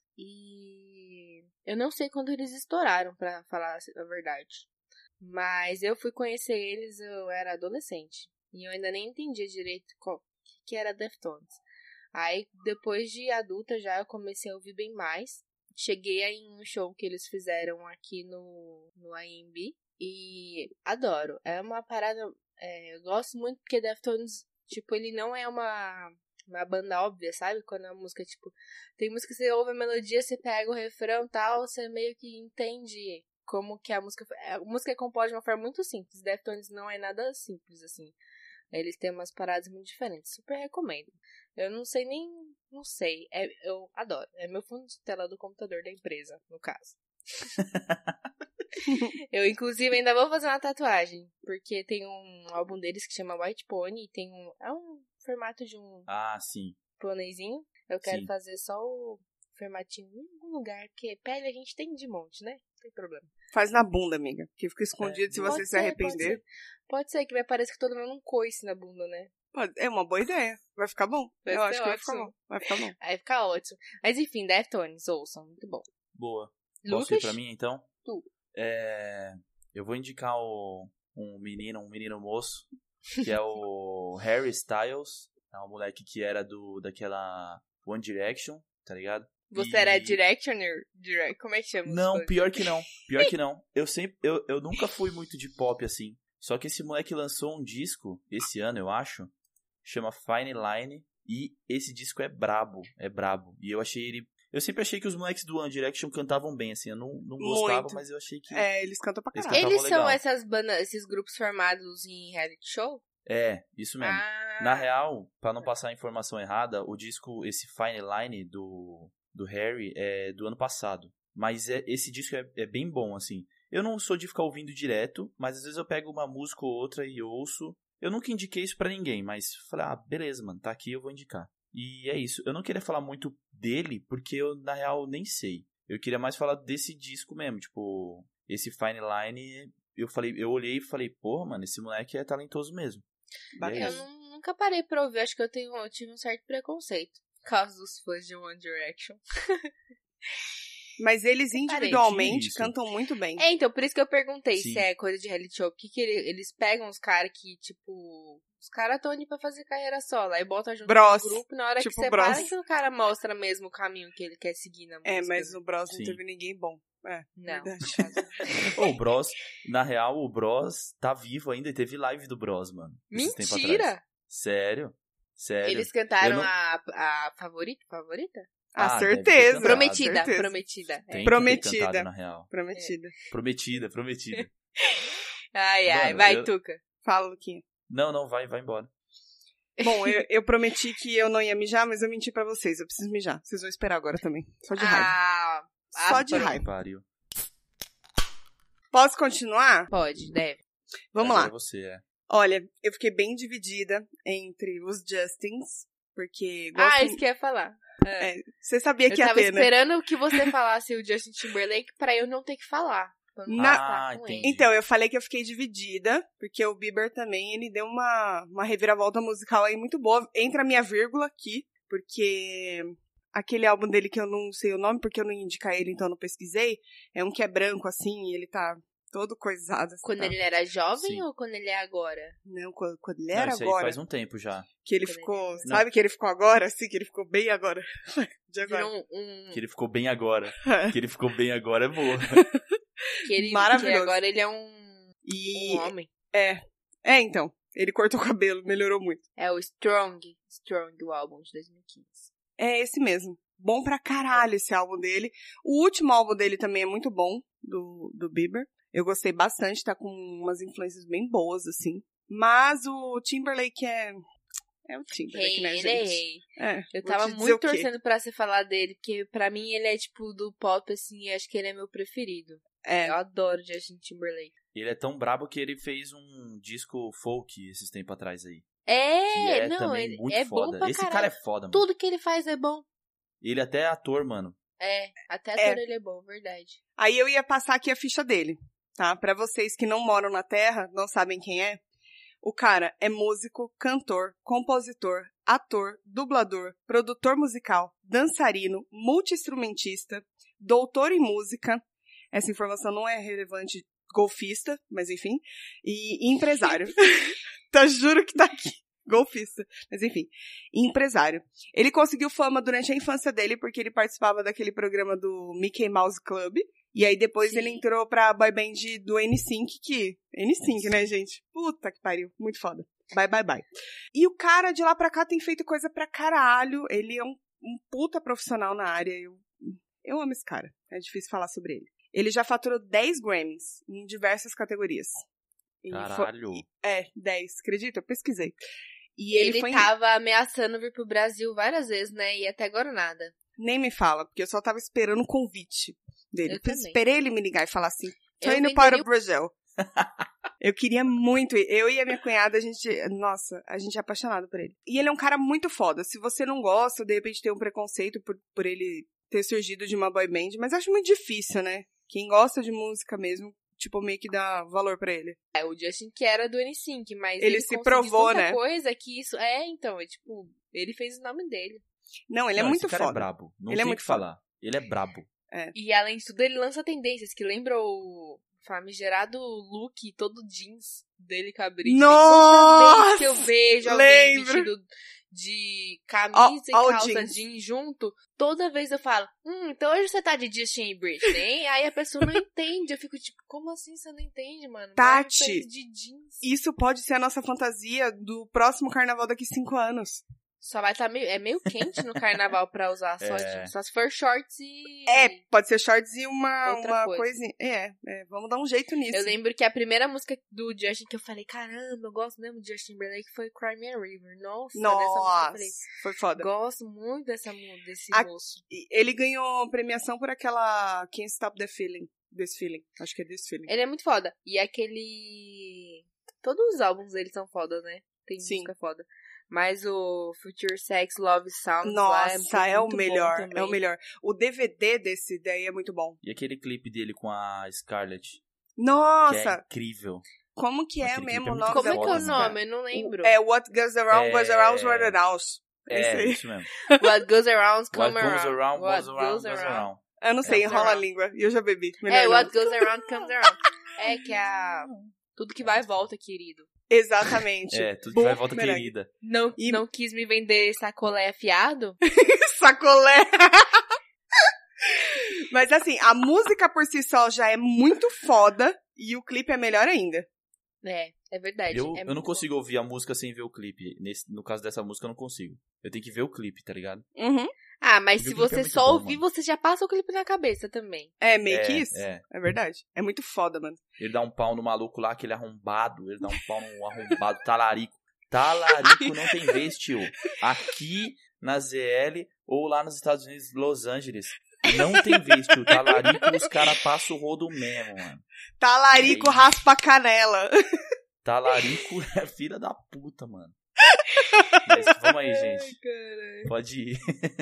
E eu não sei quando eles estouraram, pra falar a verdade. Mas eu fui conhecer eles, eu era adolescente. E eu ainda nem entendia direito o que era Deftones. Aí, depois de adulta já, eu comecei a ouvir bem mais. Cheguei aí em um show que eles fizeram aqui no AMB. E adoro. É uma parada... eu gosto muito porque Deftones, tipo, ele não é uma banda óbvia, sabe? Quando a música, tipo... Tem música que você ouve a melodia, você pega o refrão e tal, você meio que entende como que a música... A música é composta de uma forma muito simples. Deftones não é nada simples, assim. Eles têm umas paradas muito diferentes. Super recomendo. Eu não sei nem... Não sei. Eu adoro. É meu fundo de tela do computador da empresa, no caso. Eu, inclusive, ainda vou fazer uma tatuagem. Porque tem um álbum deles que chama White Pony. E tem é um formato de um... Ah, sim. Pôneizinho. Eu quero Sim. fazer só o formatinho em algum lugar. Porque pele a gente tem de monte, né? Não tem problema. Faz na bunda, amiga. Que fica escondido se você se arrepender. Pode ser que vai parecer que todo mundo um coice na bunda, né? É uma boa ideia. Vai ficar bom. Eu acho que vai ficar bom. Vai ficar bom. Vai ficar ótimo. Mas enfim, Deftones, ouçam. Muito bom. Boa. Lucas? Posso ir pra mim, então? Tu. Eu vou indicar um menino moço, que é o Harry Styles. É um moleque que era daquela One Direction, tá ligado? Você era Directioner? Como é que chama? Não, pior que não. Pior que não. Eu nunca fui muito de pop, assim. Só que esse moleque lançou um disco, esse ano, eu acho, chama Fine Line, e esse disco é brabo. E eu achei ele... Eu sempre achei que os moleques do One Direction cantavam bem, assim. Eu não gostava, mas eu achei que... Eles cantam pra caralho. Eles são legal. essas bandas, esses grupos formados em reality show? Isso mesmo. Na real, pra não passar a informação errada, o disco, esse Fine Line do Harry é do ano passado. Mas esse disco é bem bom, assim. Eu não sou de ficar ouvindo direto, mas às vezes eu pego uma música ou outra e ouço. Eu nunca indiquei isso pra ninguém, mas falei, beleza, mano, tá aqui, eu vou indicar. E é isso. Eu não queria falar muito dele, porque eu, na real, nem sei. Eu queria mais falar desse disco mesmo, tipo, esse Fine Line. Eu olhei e falei, porra, mano, esse moleque é talentoso mesmo. Eu nunca parei pra ouvir, acho que eu tive um certo preconceito por causa dos fãs de One Direction. Mas eles individualmente cantam muito bem. Então, por isso que eu perguntei Sim. se é coisa de reality show. Porque eles pegam os caras que, tipo... Os caras estão ali pra fazer carreira solo. Aí botam junto no grupo. Na hora que separa, que o cara mostra mesmo o caminho que ele quer seguir na música. Mas no Bros não teve ninguém bom. Não. O Bros, na real, o Bros tá vivo ainda e teve live do Bros, mano. Mentira! Sério? Eles cantaram a favorita? Certeza. Prometida. Tem Prometida. Que ter cantado, na real. Prometida. Ai, vai, Tuca. Fala, Luquinha. Não, vai embora. Bom, eu prometi que eu não ia mijar, mas eu menti pra vocês. Eu preciso mijar. Vocês vão esperar agora também. Só de raiva. Só de raiva. Pariu. Posso continuar? Pode, deve. Vamos lá. Você Olha, eu fiquei bem dividida entre os Justins, porque... isso que eu ia falar. Você sabia que ia ter, né? Eu tava esperando que você falasse o Justin Timberlake pra eu não ter que falar. Entendi. Então, eu falei que eu fiquei dividida, porque o Bieber também, ele deu uma reviravolta musical aí muito boa. Entra a minha vírgula aqui, porque aquele álbum dele que eu não sei o nome, porque eu não ia indicar ele, então eu não pesquisei, é um que é branco, assim, e ele tá todo coisado. Quando ele era jovem ou quando ele é agora? Não, quando ele era isso agora. Aí faz um tempo já. Que ele ficou, sabe que ele ficou agora? Assim, que ele ficou bem agora. De agora. Que ele ficou bem agora. Que ele ficou bem agora é boa. Maravilhoso. Que agora ele é um homem. Então. Ele cortou o cabelo, melhorou muito. É o Strong, o álbum de 2015. É esse mesmo. Bom pra caralho esse álbum dele. O último álbum dele também é muito bom, do Bieber. Eu gostei bastante, tá com umas influências bem boas, assim. Mas o Timberlake é o Timberlake, né, gente? Eu tava muito torcendo pra você falar dele, porque pra mim ele é tipo do pop, assim, acho que ele é meu preferido. Eu adoro Justin Timberlake. Ele é tão brabo que ele fez um disco folk esses tempos atrás aí. Ele muito é foda. bom pra Esse caralho. cara é foda, mano. Tudo que ele faz é bom. Ele até é ator, mano. Até ator ele é bom, verdade. Aí eu ia passar aqui a ficha dele, tá? Pra vocês que não moram na Terra, não sabem quem é. O cara é músico, cantor, compositor, ator, dublador, produtor musical, dançarino, multi-instrumentista, doutor em música. Essa informação não é relevante, golfista, mas enfim. E empresário. Juro que tá aqui. Golfista. Mas enfim, empresário. Ele conseguiu fama durante a infância dele porque ele participava daquele programa do Mickey Mouse Club. E aí depois ele entrou pra boy band do NSYNC, NSYNC, né, gente? Puta que pariu. Muito foda. Bye, bye, bye. E o cara de lá pra cá tem feito coisa pra caralho. Ele é um puta profissional na área. Eu amo esse cara. É difícil falar sobre ele. Ele já faturou 10 Grammys em diversas categorias. Caralho. 10. Acredita? Eu pesquisei. E ele tava ameaçando vir pro Brasil várias vezes, né? E até agora nada. Nem me fala, porque eu só tava esperando o convite dele. Eu esperei ele me ligar e falar assim, tô indo para o Brasil. Eu queria muito ir. Eu e a minha cunhada, a gente é apaixonado por ele. E ele é um cara muito foda. Se você não gosta, de repente tem um preconceito por ele ter surgido de uma boy band, mas acho muito difícil, né? Quem gosta de música mesmo, tipo, meio que dá valor pra ele. O Justin que era do NSYNC, mas ele se provou, tanta né? coisa que isso... tipo, ele fez o nome dele. Não, ele é muito foda. Ele é brabo. Não ele tem é o muito que falar. Ele é brabo. E além de tudo, ele lança tendências que lembra o famigerado look todo jeans dele com a Britney. Nossa! Toda vez que eu vejo alguém vestido de camisa e calça jeans junto, toda vez eu falo, então hoje você tá de Justin e Britney, hein? Aí a pessoa não entende. Eu fico tipo, como assim você não entende, mano? Tati, de jeans. Isso pode ser a nossa fantasia do próximo carnaval daqui 5 anos. Só vai estar meio quente no carnaval pra usar só jeans. Só se for shorts e... pode ser shorts e uma coisa. coisinha. Vamos dar um jeito nisso. Eu lembro que a primeira música do Justin que eu falei, caramba, eu gosto mesmo de Justin Timberlake, foi Cry Me a River. Nossa, dessa música eu falei, foi foda. Gosto muito desse moço. Ele ganhou premiação por aquela Can't Stop the Feeling. This Feeling. Acho que é This Feeling. Ele é muito foda. E aquele... Todos os álbuns dele são fodas, né? Tem música foda. Mas o Future Sex Love Sounds Nossa, é o melhor. É o melhor. O DVD desse daí é muito bom. E aquele clipe dele com a Scarlett? Nossa! Que é incrível. Como que é mesmo o nome? Como é que é o nome? Eu não lembro. What Goes Around, Goes Around, What Around. Isso mesmo. What Goes Around, Come Around. What Goes Around. Eu não sei, enrola a língua. E eu já bebi. What Goes Around, Comes Around. Que é tudo que vai e volta, querido. Exatamente. Tudo que vai e volta, querida. Não quis me vender sacolé afiado? Sacolé! Mas assim, a música por si só já é muito foda e o clipe é melhor ainda. É verdade. Eu não consigo ouvir a música sem ver o clipe. No caso dessa música, eu não consigo. Eu tenho que ver o clipe, tá ligado? Uhum. Mas se você só ouvir, você já passa o clipe na cabeça também. Meio que isso. É verdade. É muito foda, mano. Ele dá um pau no maluco lá, aquele arrombado. Ele dá um pau no arrombado talarico. Talarico não tem vez, tio. Aqui na ZL ou lá nos Estados Unidos, Los Angeles. Não tem vez, tio. Talarico, os caras passam o rodo mesmo, mano. Talarico raspa a canela. Talarico é filha da puta, mano. Mas vamos aí, gente. Ai, pode ir.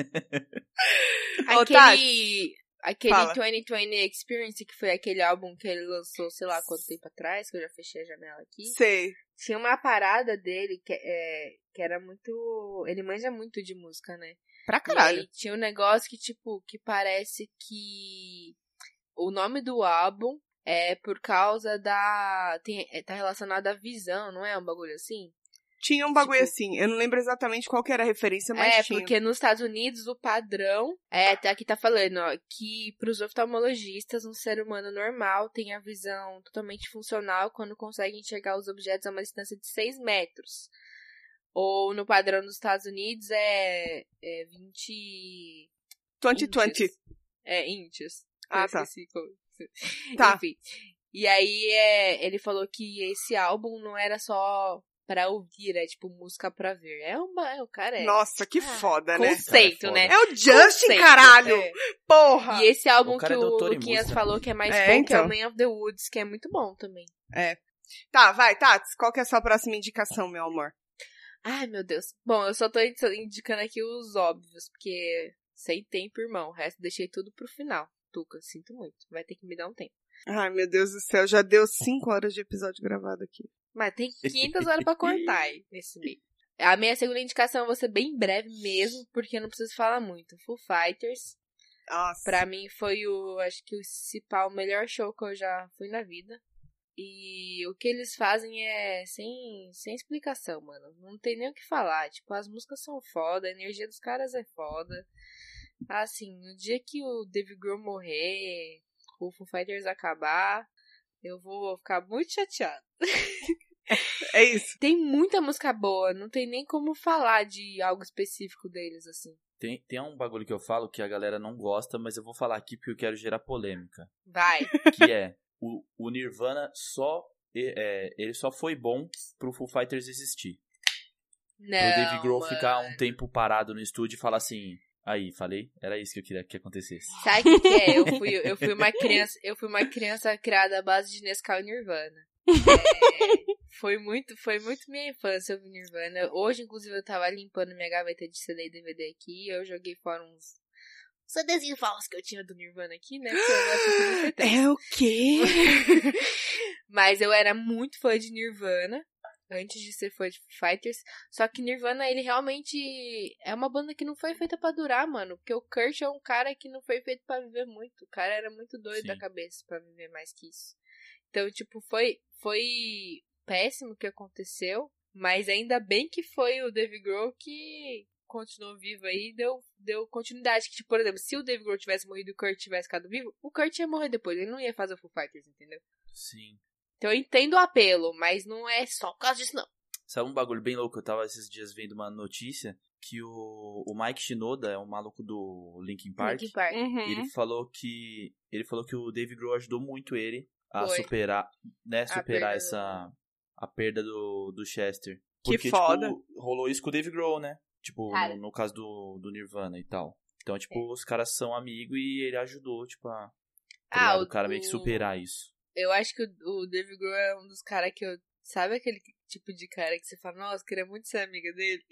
Aquele 2020 Experience, que foi aquele álbum que ele lançou, sei lá quanto tempo atrás, que eu já fechei a janela aqui. Sei. Tinha uma parada dele que era muito... Ele manja muito de música, né? Pra caralho. E aí tinha um negócio que, tipo, que parece que o nome do álbum é por causa da... tá relacionado à visão, não é? Um bagulho assim? Tinha um bagulho Tipo, assim, eu não lembro exatamente qual que era a referência, mas tinha. porque nos Estados Unidos o padrão, aqui tá falando, ó, que pros oftalmologistas um ser humano normal tem a visão totalmente funcional quando consegue enxergar os objetos a uma distância de 6 metros. Ou no padrão dos Estados Unidos é 20... 2020. inches. Inches. Ah, Eu tá. esqueci como... Tá. Enfim. E aí ele falou que esse álbum não era só pra ouvir, é tipo música pra ver. O cara Nossa, que foda, né? conceito, Cara, né? É o Justin, Conceito, caralho! é. Porra! E esse álbum O cara que é o doutor em Luquinhas música. falou que é mais É, folk então. é o Man of the Woods, que é muito bom também. Tá, vai, Tats, qual que é a sua próxima indicação, meu amor? Ai, meu Deus. Bom, eu só tô indicando aqui os óbvios, porque sem tempo, irmão. O resto deixei tudo pro final. Tuca, sinto muito. Vai ter que me dar um tempo. Ai, meu Deus do céu, já deu 5 horas de episódio gravado aqui. Mas tem 500 horas pra cortar aí, nesse meio. A minha segunda indicação eu vou ser bem breve mesmo, porque eu não preciso falar muito. Foo Fighters. Nossa. Pra mim foi acho que o melhor show que eu já fui na vida. E o que eles fazem é sem explicação, mano. Não tem nem o que falar. Tipo, as músicas são foda, a energia dos caras é foda. Assim, no dia que o Dave Grohl morrer, o Foo Fighters acabar, eu vou ficar muito chateada. É isso. Tem muita música boa, não tem nem como falar de algo específico deles, assim. Tem um bagulho que eu falo que a galera não gosta, mas eu vou falar aqui porque eu quero gerar polêmica. Vai. Que é, o Nirvana ele só foi bom pro Foo Fighters existir. Não, Pro Dave Grohl mano. ficar um tempo parado no estúdio e falar assim... Aí, falei? Era isso que eu queria que acontecesse. Sabe o que é? Eu fui uma criança criada à base de Nescau e Nirvana. Foi muito minha infância ouvir Nirvana. Hoje, inclusive, eu tava limpando minha gaveta de CD e DVD aqui e eu joguei fora uns CDzinhos falsos que eu tinha do Nirvana aqui, né? Porque eu gosto de MP3. É o quê? Mas eu era muito fã de Nirvana antes de ser fã de Foo Fighters. Só que Nirvana, ele realmente é uma banda que não foi feita pra durar, mano. Porque o Kurt é um cara que não foi feito pra viver muito. O cara era muito doido Sim. da cabeça pra viver mais que isso. Então, tipo, foi péssimo o que aconteceu. Mas ainda bem que foi o Dave Grohl que continuou vivo aí e deu continuidade. Que, tipo, por exemplo, se o Dave Grohl tivesse morrido e o Kurt tivesse ficado vivo, o Kurt ia morrer depois. Ele não ia fazer o Foo Fighters, entendeu? Sim. Então eu entendo o apelo, mas não é só por causa disso, não. Sabe um bagulho bem louco? Eu tava esses dias vendo uma notícia que o Mike Shinoda é um maluco do Linkin Park. Linkin Park. Uhum. Ele falou que o Dave Grohl ajudou muito ele a Foi. superar perda a perda do Chester. Que Porque, foda. tipo, rolou isso com o Dave Grohl, né? Tipo, Cara. no caso do Nirvana e tal. Então, tipo, os caras são amigos e ele ajudou, tipo, o cara meio que superar isso. Eu acho que o Dave Grohl é um dos caras que eu... Sabe aquele tipo de cara que você fala, nossa, queria muito ser amiga dele?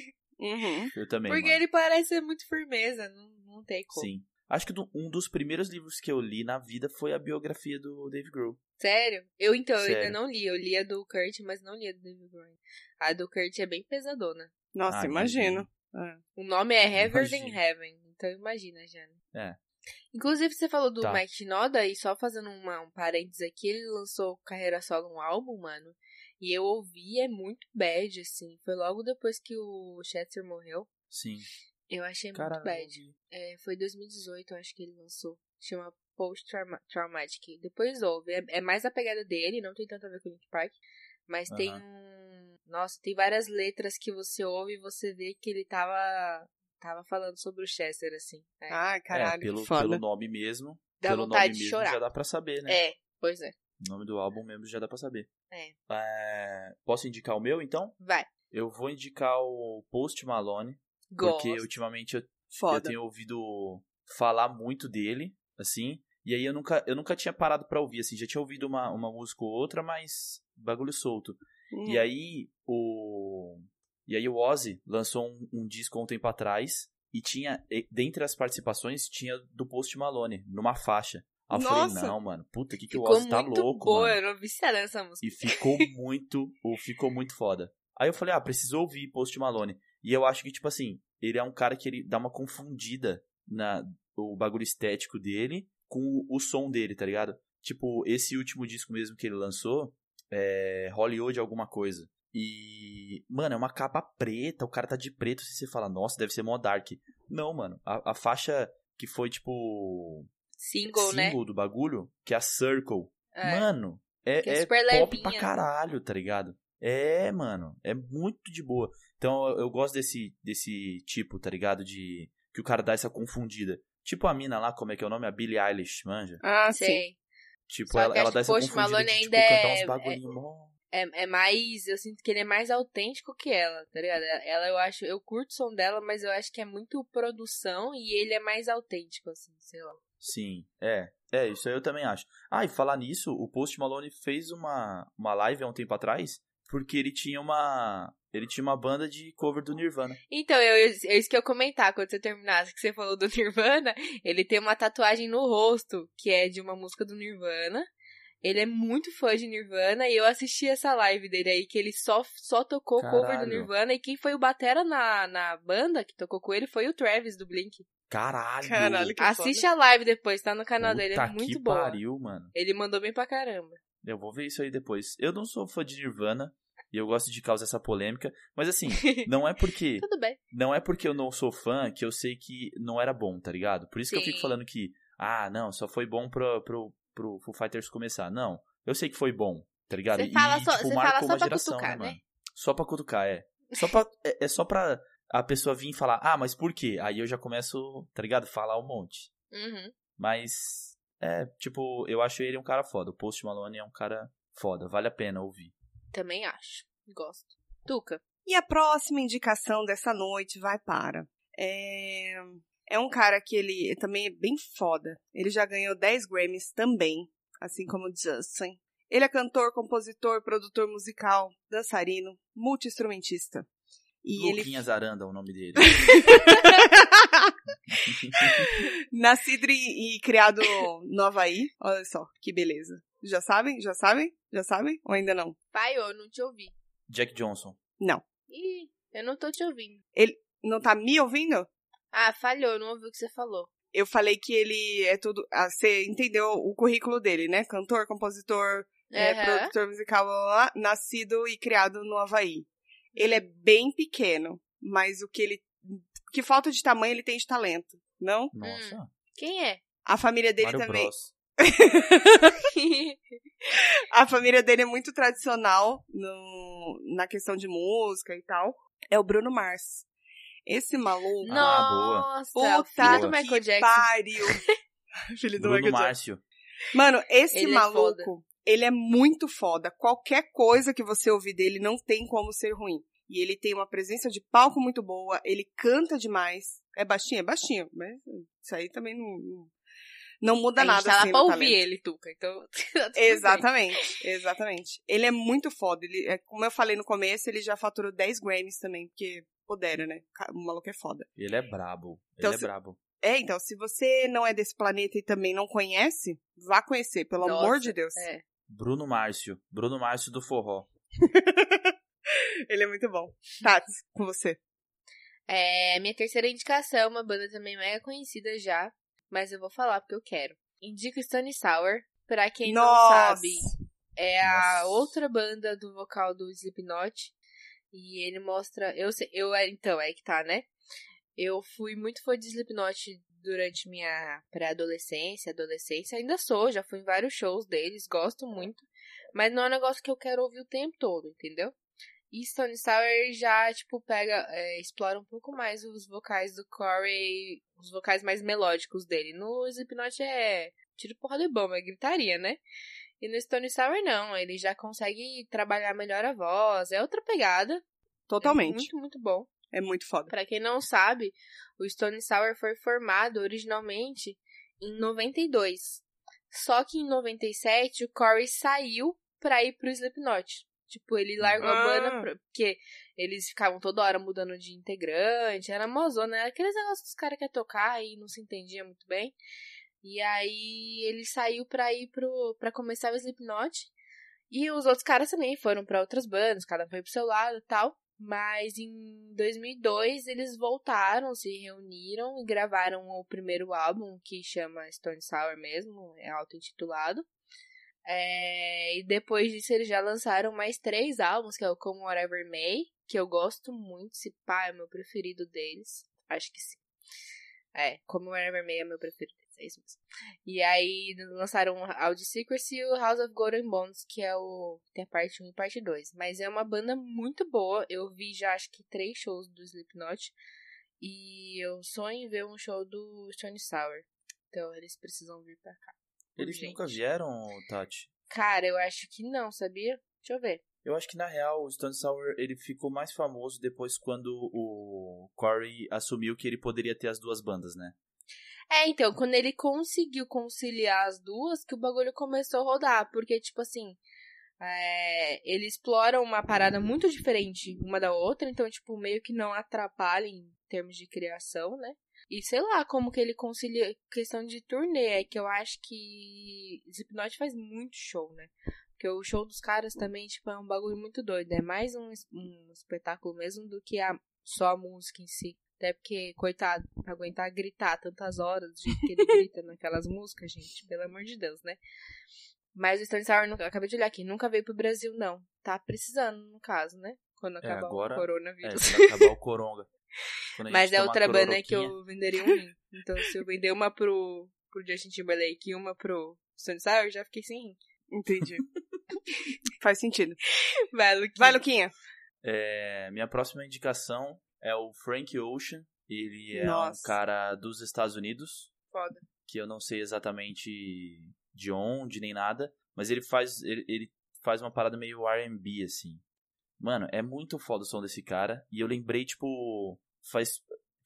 Uhum. Eu também, Porque mano. ele parece ser muito firmeza, não tem como. Sim. Acho que um dos primeiros livros que eu li na vida foi a biografia do Dave Grohl. Sério? Eu ainda Sério. não li. Eu li a do Kurt, mas não li a do Dave Grohl. A do Kurt é bem pesadona. Nossa, imagino. O nome é Heaven than Imagina. Heaven. Então imagina, Jana. É. Inclusive, você falou do Tá. Mike Shinoda, e só fazendo um parênteses aqui, ele lançou carreira solo um álbum, mano. E eu ouvi, é muito bad, assim. Foi logo depois que o Chester morreu. Sim. Eu achei Caralho, muito bad. Foi 2018, eu acho que ele lançou. Chama Post-Traumatic. Depois ouve. É mais a pegada dele, não tem tanto a ver com o Linkin Park. Mas tem Nossa, tem várias letras que você ouve e você vê que ele tava falando sobre o Chester, assim. Ai, caralho, pelo que foda. nome mesmo. Dá pelo vontade nome de mesmo chorar. já dá pra saber, né? Pois é. O nome do álbum mesmo já dá pra saber. É. Posso indicar o meu, então? Vai. Eu vou indicar o Post Malone. Gosto. Porque ultimamente eu Foda. tenho ouvido falar muito dele, assim. E aí eu nunca tinha parado pra ouvir, assim. Já tinha ouvido uma música ou outra, mas bagulho solto. E aí o Ozzy lançou um disco há um tempo atrás. E tinha, dentre as participações, tinha do Post Malone, numa faixa. Aí eu falei, Nossa! não, mano, puta, que o Ficou Ozzy tá muito louco, boa, mano. eu não vi se era essa música. E ficou muito foda. Aí eu falei, preciso ouvir Post Malone. E eu acho que, tipo assim, ele é um cara que ele dá uma confundida o bagulho estético dele com o som dele, tá ligado? Tipo, esse último disco mesmo que ele lançou, Hollywood alguma coisa. E, mano, é uma capa preta, o cara tá de preto, assim, você fala, nossa, deve ser mó dark. Não, mano, a faixa que foi, tipo, Single, né? do bagulho, que é a Circle. É. Mano, Que é é super pop levinha. pra caralho, tá ligado? É, mano, é muito de boa. Então eu gosto desse tipo, tá ligado? De que o cara dá essa confundida. Tipo a mina lá, como é que é o nome? A Billie Eilish, manja? Ah, sim. Sei. Tipo, Só que ela acho dá que essa Post confundida Malone de, tipo, ainda cantar uns bagulhinhos mó... É mais, eu sinto que ele é mais autêntico que ela, tá ligado? Ela, eu curto o som dela, mas eu acho que é muito produção e ele é mais autêntico, assim, sei lá. Sim, isso aí eu também acho. Ah, e falar nisso, o Post Malone fez uma live há um tempo atrás, porque ele tinha uma banda de cover do Nirvana. Então, é isso que eu ia comentar quando você terminasse, que você falou do Nirvana, ele tem uma tatuagem no rosto, que é de uma música do Nirvana. Ele é muito fã de Nirvana e eu assisti essa live dele aí, que ele só tocou cover do Caralho. Nirvana e quem foi o batera na banda que tocou com ele foi o Travis do Blink. Caralho! Que Assiste foda. a live depois, tá no canal dele, é Puta muito que boa. pariu, mano. Ele mandou bem pra caramba. Eu vou ver isso aí depois. Eu não sou fã de Nirvana e eu gosto de causar essa polêmica, mas assim, não é porque Tudo bem. eu não sou fã que eu sei que não era bom, tá ligado? Por isso que eu fico Sim. falando que, não, só foi bom pro Foo Fighters começar. Não, eu sei que foi bom, tá ligado? Você fala só, tipo, você marcou fala só uma pra geração, cutucar, né, né? mano? Só pra cutucar, é. É só pra a pessoa vir e falar, mas por quê? Aí eu já começo, tá ligado? Falar um monte. Uhum. Mas, tipo, eu acho ele um cara foda. O Post Malone é um cara foda, vale a pena ouvir. Também acho. Gosto. Tuca. E a próxima indicação dessa noite vai para... É um cara que ele também é bem foda. Ele já ganhou 10 Grammys também, assim como o Justin. Ele é cantor, compositor, produtor musical, dançarino, multi-instrumentista. E Luquinhas Aranda é o nome dele. Nascido e criado no Havaí. Olha só, que beleza. Já sabem? Já sabem? Já sabem? Ou ainda não? Pai, eu não te ouvi. Jack Johnson. Não. Ih, eu não tô te ouvindo. Ele não tá me ouvindo? Ah, falhou, eu não ouvi o que você falou. Eu falei que ele é tudo... você entendeu o currículo dele, né? Cantor, compositor, produtor musical, blá, blá, blá, nascido e criado no Havaí. Ele é bem pequeno, mas que falta de tamanho ele tem de talento, não? Nossa. Quem é? A família dele Mario também... Bros. A família dele é muito tradicional na questão de música e tal. É o Bruno Mars. Esse maluco... Nossa, boa. o filho Puta do Michael que Jackson. pariu. Filho do Bruno Michael Jackson. Márcio. Mano, esse Ele é maluco, foda. ele é muito foda. Qualquer coisa que você ouvir dele não tem como ser ruim. E ele tem uma presença de palco muito boa, ele canta demais. É baixinho, mas isso aí também não muda nada. A gente tá lá assim, pra no ouvir talento. ele, Tuca, então... tudo bem. Exatamente. Ele é muito foda. Como eu falei no começo, ele já faturou 10 Grammys também, porque puderam, né? O maluco é foda. Ele é brabo. Então, Ele é brabo. Então, se você não é desse planeta e também não conhece, vá conhecer, pelo Nossa, amor de Deus. Bruno Márcio do forró. Ele é muito bom. Tati, com você. Minha terceira indicação é uma banda também mega conhecida já, mas eu vou falar porque eu quero. Indico Stone Sour, pra quem não sabe, é a outra banda do vocal do Slipknot, e ele mostra... Então, é que tá, né? Eu fui muito fã de Slipknot durante minha pré-adolescência, adolescência, ainda sou, já fui em vários shows deles, gosto muito, mas não é um negócio que eu quero ouvir o tempo todo, entendeu? E Stone Sour já, tipo, explora um pouco mais os vocais do Corey, os vocais mais melódicos dele. No Slipknot é tiro, porrada e bomba, é gritaria, né? E no Stone Sour não, ele já consegue trabalhar melhor a voz, é outra pegada. Totalmente. É muito, muito bom. É muito foda. Pra quem não sabe, o Stone Sour foi formado originalmente em 92. Só que em 97 o Corey saiu pra ir pro Slipknot. Tipo, ele largou a banda porque eles ficavam toda hora mudando de integrante, era mozona, era aqueles negócios que os caras querem tocar e não se entendia muito bem. E aí ele saiu pra ir pra começar o Slipknot. E os outros caras também foram pra outras bandas, cada um foi pro seu lado e tal. Mas em 2002 eles voltaram, se reuniram e gravaram o primeiro álbum, que chama Stone Sour mesmo, é auto-intitulado. E depois disso eles já lançaram mais 3 álbuns, que é o Come Whatever May, que eu gosto muito, esse pá é o meu preferido deles. Acho que sim. Come Whatever May é meu preferido deles, é isso mesmo. E aí lançaram Audio Secrecy e o House of Golden Bones, que é tem a parte 1 e parte 2. Mas é uma banda muito boa, eu vi já acho que 3 shows do Slipknot. E eu sonho em ver um show do Stone Sour. Então eles precisam vir pra cá. Eles nunca vieram, Tati? Cara, eu acho que não, sabia? Deixa eu ver. Eu acho que na real o Stone Sour ele ficou mais famoso depois quando o Corey assumiu que ele poderia ter as 2 bandas, né? Então, quando ele conseguiu conciliar as duas, que o bagulho começou a rodar. Porque, tipo assim, ele explora uma parada muito diferente uma da outra, então, tipo, meio que não atrapalha em termos de criação, né? E sei lá como que ele concilia questão de turnê, que eu acho que Slipknot faz muito show, né? Porque o show dos caras também, tipo, é um bagulho muito doido. É mais um espetáculo mesmo do que só a música em si. Até porque, coitado, pra aguentar gritar tantas horas do jeito que ele grita naquelas músicas, gente, pelo amor de Deus, né? Mas o Stone Sour, acabei de olhar aqui, nunca veio pro Brasil, não. Tá precisando, no caso, né? Quando acabar agora, o coronavírus. quando acabar o coronga. Mas é outra banda que eu venderia um rim. Então, se eu vender uma pro Justin Timberlake e uma pro Stone Sour, eu já fiquei sem rim. Entendi. Faz sentido. Vai, Luquinha. Minha próxima indicação é o Frank Ocean. Ele é um cara dos Estados Unidos. Foda. Que eu não sei exatamente de onde, nem nada. Mas ele faz uma parada meio R&B, assim. Mano, é muito foda o som desse cara. E eu lembrei, faz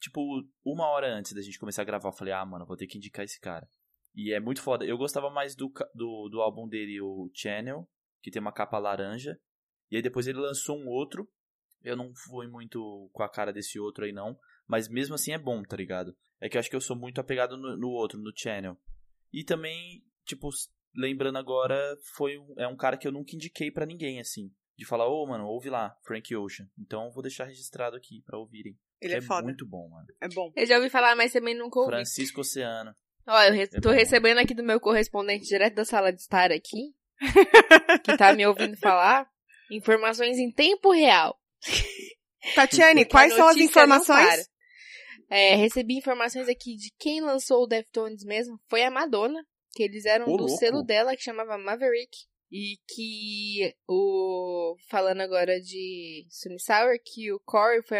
1 hora antes da gente começar a gravar. Eu falei, mano, vou ter que indicar esse cara. E é muito foda. Eu gostava mais do álbum dele, o Channel, que tem uma capa laranja. E aí depois ele lançou um outro. Eu não fui muito com a cara desse outro aí, não. Mas mesmo assim é bom, tá ligado? É que eu acho que eu sou muito apegado no outro, no Channel. E também, lembrando agora, é um cara que eu nunca indiquei pra ninguém, assim. De falar, mano, ouve lá, Frank Ocean. Então vou deixar registrado aqui pra ouvirem. Ele é foda. É muito bom, mano. É bom. Eu já ouvi falar, mas também nunca ouvi. Francisco Oceano. Ó, eu tô recebendo aqui do meu correspondente direto da sala de estar aqui, que tá me ouvindo falar, informações em tempo real. Tatiane, quais são as informações? Recebi informações aqui de quem lançou o Deftones mesmo. Foi a Madonna, que eles eram do selo dela, que chamava Maverick. E que falando agora de Stone Sour, que o Corey foi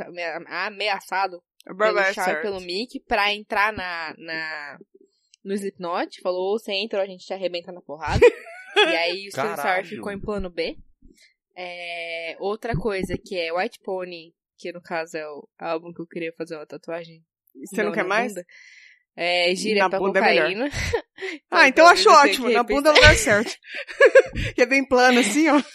ameaçado pelo Mick pra entrar no Slipknot. Falou, ou você entra ou a gente te arrebenta na porrada. E aí o Stone Sour ficou em plano B. Outra coisa que é White Pony, que no caso é o álbum que eu queria fazer uma tatuagem. Você não quer mais? Bunda. Gira pra cocaína. Então acho ótimo. Na bunda é o lugar certo. Que é bem plano assim, ó.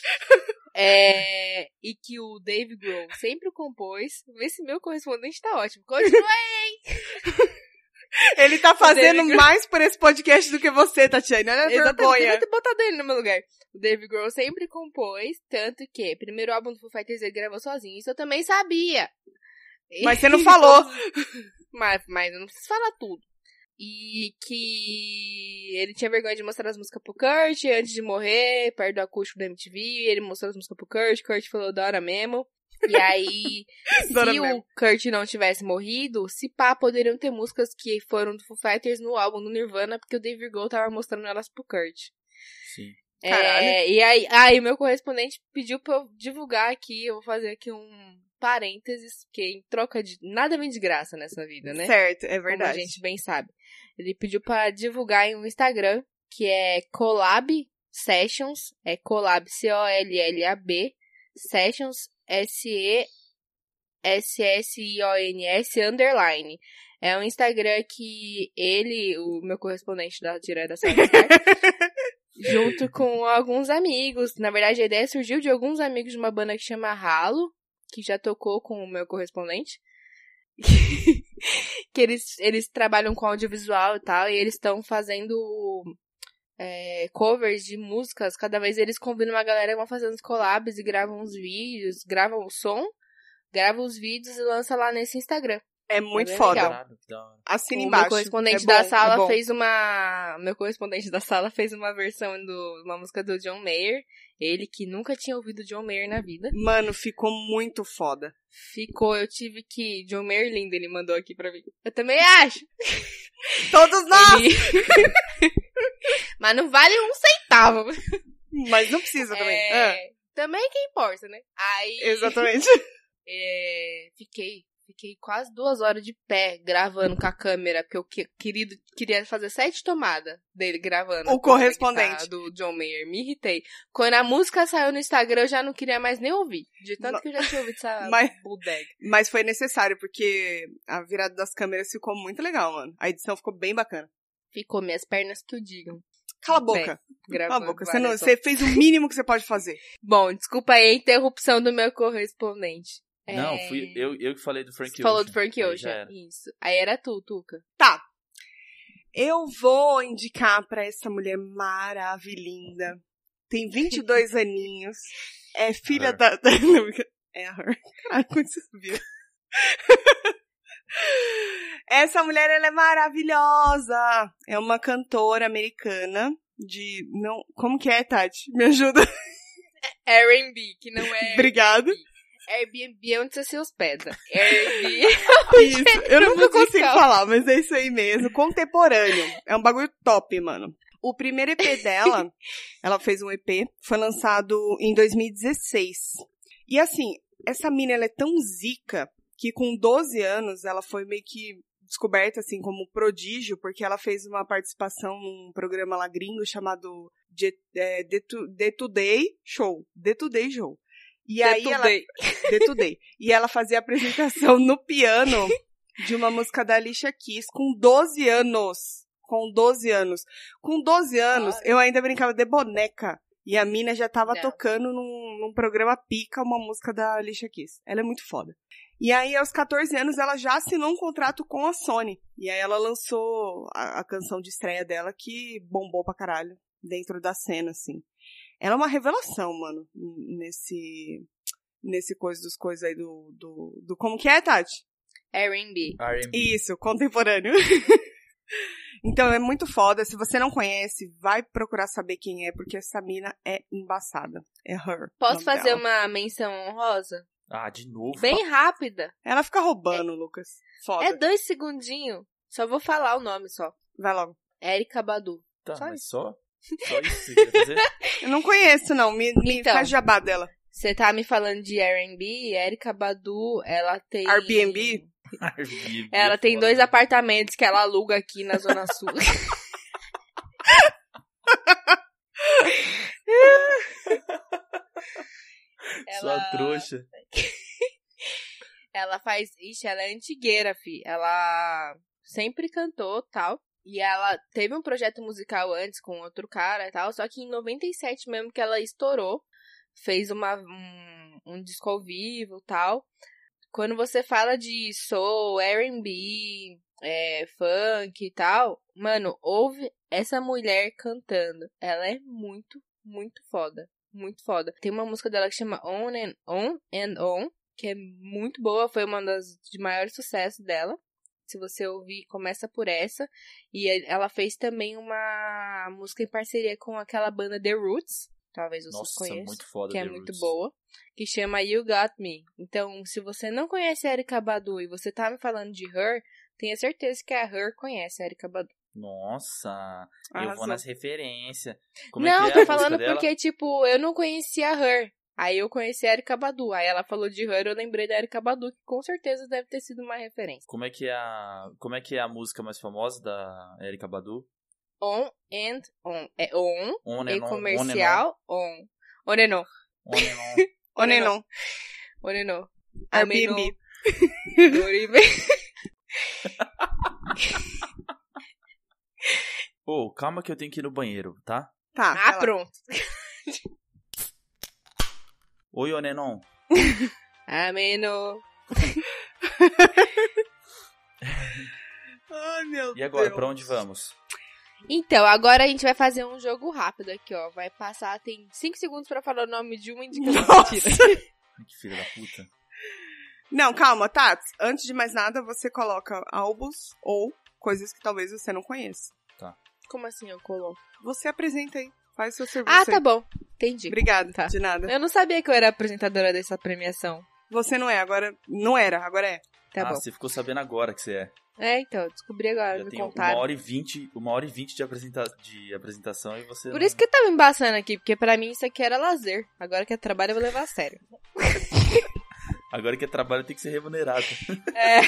E que o Dave Grohl sempre compôs. Vê se meu correspondente tá ótimo. Continua aí! Ele tá fazendo mais por esse podcast do que você, Tatiane. Olha a vergonha. Eu devia ter botado ele no meu lugar. O Dave Grohl sempre compôs, tanto que primeiro álbum do Foo Fighters ele gravou sozinho. Isso eu também sabia. Mas você não falou. Mas eu não preciso falar tudo. E que ele tinha vergonha de mostrar as músicas pro Kurt antes de morrer, perto do acústico da MTV. Ele mostrou as músicas pro Kurt falou, da hora mesmo. E aí, se o Kurt não tivesse morrido, se pá, poderiam ter músicas que foram do Foo Fighters no álbum do Nirvana, porque o Dave Grohl tava mostrando elas pro Kurt. Sim. E aí o meu correspondente pediu pra eu divulgar aqui, eu vou fazer aqui um parênteses, porque em troca de... Nada vem de graça nessa vida, né? Certo, é verdade. Como a gente bem sabe. Ele pediu pra divulgar em um Instagram, que é Collab Sessions, é Collab, C-O-L-L-A-B, Sessions, S-E-S-S-I-O-N-S, _ É um Instagram que ele, o meu correspondente da direita da sala, junto com alguns amigos. Na verdade, a ideia surgiu de alguns amigos de uma banda que chama Halo, que já tocou com o meu correspondente. Que eles trabalham com audiovisual e tal, e eles estão fazendo covers de músicas. Cada vez eles convidam uma galera que vão fazendo os collabs e gravam os vídeos, gravam o som, gravam os vídeos e lançam lá nesse Instagram. É muito bem foda. legal. Caralho, que da hora. Assina O embaixo. meu correspondente É da bom, sala é bom. fez uma... Meu correspondente da sala fez uma versão de uma música do John Mayer. Ele que nunca tinha ouvido John Mayer na vida. Mano, ficou muito foda. Ficou, eu tive que... John Mayer lindo, ele mandou aqui pra mim. Eu também acho. Todos nós! Ele... Mas não vale um centavo. Mas não precisa também. Também que importa, né? Aí... Exatamente. Fiquei quase 2 horas de pé gravando com a câmera, porque eu queria fazer 7 tomadas dele gravando. O correspondente. Do John Mayer. Me irritei. Quando a música saiu no Instagram, eu já não queria mais nem ouvir. De tanto que eu já tinha ouvido essa bodega. Mas foi necessário, porque a virada das câmeras ficou muito legal, mano. A edição ficou bem bacana. Ficou minhas pernas que o digam. Cala a boca. Cala a boca. Você fez o mínimo que você pode fazer. Bom, desculpa aí a interrupção do meu correspondente. Não, fui eu que falei do Frank Ocean. Falou do Frank Ocean, isso. Aí era tu, Tuca. Tá. Eu vou indicar pra essa mulher maravilhosa. Tem 22 aninhos. É filha da... É a Her. Caralho, como você sabia? Essa mulher, ela é maravilhosa. É uma cantora americana de... Não... Como que é, Tati? Me ajuda. R&B, que não é... Obrigada. Airbnb é onde você se hospeda. Airbnb isso. Eu nunca consigo falar, mas é isso aí mesmo. Contemporâneo. É um bagulho top, mano. O primeiro EP dela, ela fez um EP, foi lançado em 2016. E assim, essa mina, ela é tão zica que com 12 anos ela foi meio que descoberta assim como prodígio, porque ela fez uma participação num programa lá gringo chamado The Today Show. The Today Show. E aí The Today. E ela fazia apresentação no piano de uma música da Alicia Keys com 12 anos. Com 12 anos. Com 12 anos, eu ainda brincava de boneca. E a mina já tava tocando num programa pica uma música da Alicia Keys. Ela é muito foda. E aí, aos 14 anos, ela já assinou um contrato com a Sony. E aí ela lançou a canção de estreia dela, que bombou pra caralho dentro da cena, assim. Ela é uma revelação, mano, nesse dos coisas aí do... Como que é, Tati? R&B. Isso, contemporâneo. Então, é muito foda. Se você não conhece, vai procurar saber quem é, porque essa mina é embaçada. É Her. Posso fazer uma menção honrosa? Ah, de novo? Bem rápida. Ela fica roubando, Lucas. Foda. É 2 segundinhos. Só vou falar o nome, só. Vai logo. Erykah Badu. Tá, só mas isso. só isso que você queria fazer? Eu não conheço, não. Me Então, faz jabá dela. Você tá me falando de R&B, Erykah Badu, ela tem... Airbnb? Ela tem 2 apartamentos que ela aluga aqui na Zona Sul. Sua trouxa. Ela faz... Ixi, ela é antigueira, fi. Ela sempre cantou, tal. E ela teve um projeto musical antes com outro cara e tal. Só que em 97 mesmo que ela estourou. Fez um disco ao vivo e tal. Quando você fala de soul, R&B, funk e tal, mano, ouve essa mulher cantando. Ela é muito, muito foda. Muito foda. Tem uma música dela que chama On and On, que é muito boa. Foi uma das de maiores sucessos dela. Se você ouvir, começa por essa. E ela fez também uma música em parceria com aquela banda The Roots. Talvez vocês conheçam. Muito foda, que é The muito Roots. boa. Que chama You Got Me. Então, se você não conhece a Erykah Badu e você tá me falando de Her, tenha certeza que a Her conhece a Erykah Badu. Nossa, eu Arrasou. vou nas referências. Não, tô falando porque, tipo, eu não conhecia a Her. Aí eu conheci a Erykah Badu. Aí ela falou de Her, eu lembrei da Erykah Badu, que com certeza deve ter sido uma referência. Como é que é a música mais famosa da Erykah Badu? On and On. É on And e comercial, on. On and On. On and on. On and On. On and On. Airbnb. Pô, calma que eu tenho que ir no banheiro, tá? Tá. vai lá. Pronto. Oi, Onenon. Ameno. Ai, meu E agora, Deus. pra onde vamos? Então, agora a gente vai fazer um jogo rápido aqui, ó. Vai passar, tem 5 segundos pra falar o nome de uma indicação. Nossa. Mentira. Ai, que filha da puta. Não, calma, Tats. Antes de mais nada, você coloca álbuns ou coisas que talvez você não conheça. Como assim eu coloco? Você apresenta aí. Faz o seu serviço Tá bom. Entendi. Obrigada, Tá. de nada. Eu não sabia que eu era apresentadora dessa premiação. Você não é, agora... Não era, agora é. Tá bom. Você ficou sabendo agora que você é. Então, descobri agora, Já me tem contaram. 1h20 de apresentação e você Por isso que eu tava embaçando aqui, porque pra mim isso aqui era lazer. Agora que é trabalho eu vou levar a sério. Agora que é trabalho tem que ser remunerado. É.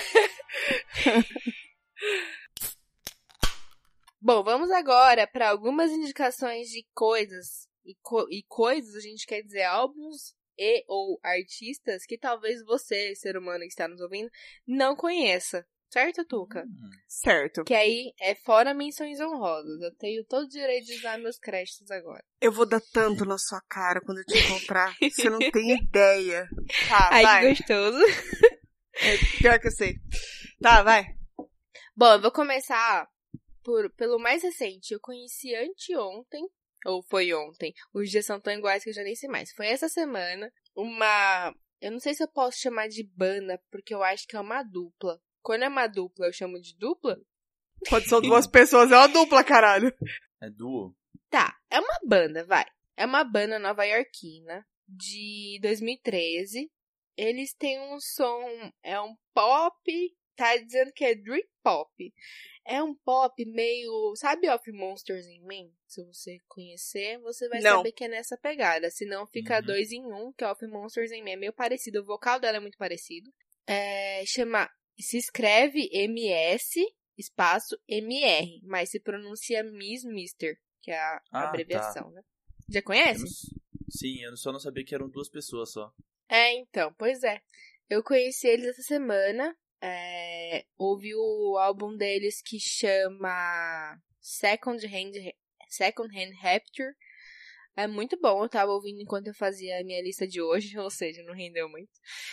Bom, vamos agora para algumas indicações de coisas. E coisas, a gente quer dizer álbuns e ou artistas que talvez você, ser humano que está nos ouvindo, não conheça. Certo, Tuca? Certo. Que aí é fora menções honrosas. Eu tenho todo o direito de usar meus créditos agora. Eu vou dar tanto na sua cara quando eu te encontrar. Você não tem ideia. Tá, Ai, vai. que gostoso. Pior que eu sei. Tá, vai. Bom, eu vou começar pelo mais recente. Eu conheci anteontem, ou foi ontem. Os dias são tão iguais que eu já nem sei mais. Foi essa semana eu não sei se eu posso chamar de banda, porque eu acho que é uma dupla. Quando é uma dupla, eu chamo de dupla? Quando são duas pessoas, é uma dupla, caralho. É duo? Tá, é uma banda, vai. É uma banda nova-iorquina de 2013. Eles têm um som, é um pop, tá dizendo que é dream pop. É um pop meio, sabe Of Monsters and Men? Se você conhecer, você vai saber que é nessa pegada. Se não, fica 2 em 1, que é Of Monsters and Men. É meio parecido, o vocal dela é muito parecido. Se escreve MS, espaço, MR, mas se pronuncia Miss Mister, que é a abreviação, né? Já conhece? Sim, eu só não sabia que eram 2 pessoas só. Então, pois é. Eu conheci eles essa semana. Ouvi o álbum deles que chama Second Hand Rapture. É muito bom, eu tava ouvindo enquanto eu fazia a minha lista de hoje, ou seja, não rendeu muito.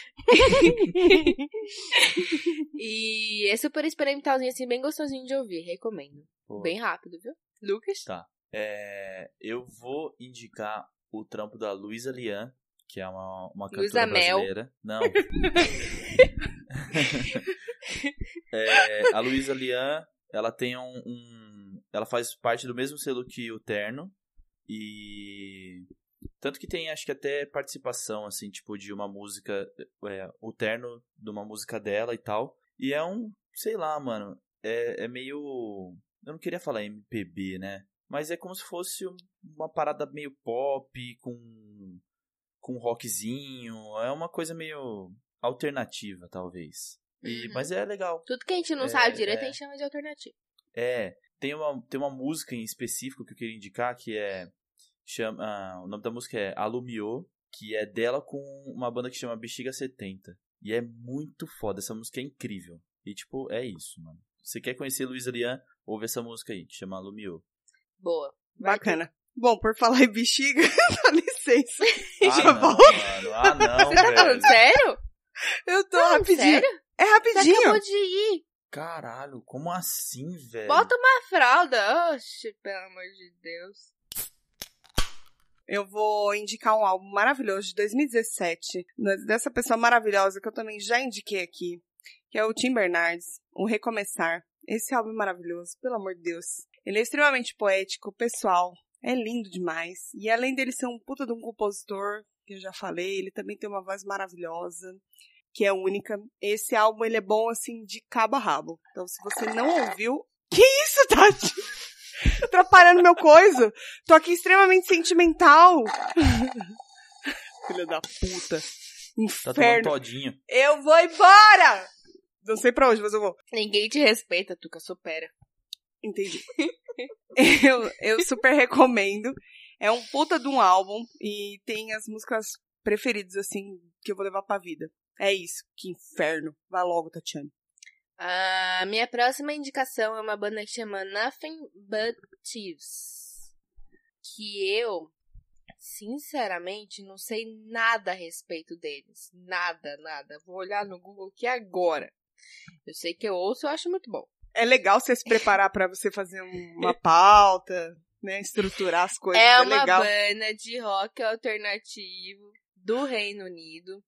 E é super experimentalzinho, assim, bem gostosinho de ouvir, recomendo. Pô. Bem rápido, viu? Lucas? Tá. Eu vou indicar o trampo da Luísa Lian, que é uma cantora brasileira. Não. A Luísa Lian, ela tem ela faz parte do mesmo selo que o Terno. E tanto que tem, acho que até participação, assim, tipo, de uma música, o Terno de uma música dela e tal. E sei lá, mano, é meio, eu não queria falar MPB, né? Mas é como se fosse uma parada meio pop, com rockzinho, é uma coisa meio alternativa, talvez. Mas é legal. Tudo que a gente não sabe direito, a gente chama de alternativo. Tem uma música em específico que eu queria indicar, que o nome da música é Alumiou, que é dela com uma banda que chama Bexiga 70. E é muito foda, essa música é incrível. E tipo, é isso, mano. Se você quer conhecer Luísa Lian, ouve essa música aí, que chama Alumiou. Boa. Bacana. Bom, por falar em bexiga, dá licença. Não, Você tá falando sério? Eu tô rapidinho. Sério? É rapidinho. Você acabou de ir. Caralho, como assim, velho? Bota uma fralda. Oxe, pelo amor de Deus. Eu vou indicar um álbum maravilhoso de 2017, dessa pessoa maravilhosa que eu também já indiquei aqui, que é o Tim Bernardes, O Recomeçar. Esse álbum é maravilhoso, pelo amor de Deus. Ele é extremamente poético, pessoal, é lindo demais. E além dele ser um puta de um compositor, que eu já falei, ele também tem uma voz maravilhosa, que é única. Esse álbum, ele é bom, assim, de cabo a rabo. Então, se você não ouviu... Que isso, Tati? Atrapalhando meu coisa. Tô aqui extremamente sentimental. Filha da puta. Inferno. Tá tomando todinho. Eu vou embora! Não sei pra onde, mas eu vou. Ninguém te respeita, Tuca, supera. Entendi. Eu super recomendo. É um puta de um álbum e tem as músicas preferidas, assim, que eu vou levar pra vida. É isso. Que inferno. Vai logo, Tatiane. A minha próxima indicação é uma banda que chama Nothing But Thieves. Que eu, sinceramente, não sei nada a respeito deles. Nada. Vou olhar no Google aqui agora. Eu sei que eu ouço e eu acho muito bom. É legal você se preparar pra você fazer uma pauta, né? Estruturar as coisas. É uma legal. banda de rock alternativo do Reino Unido.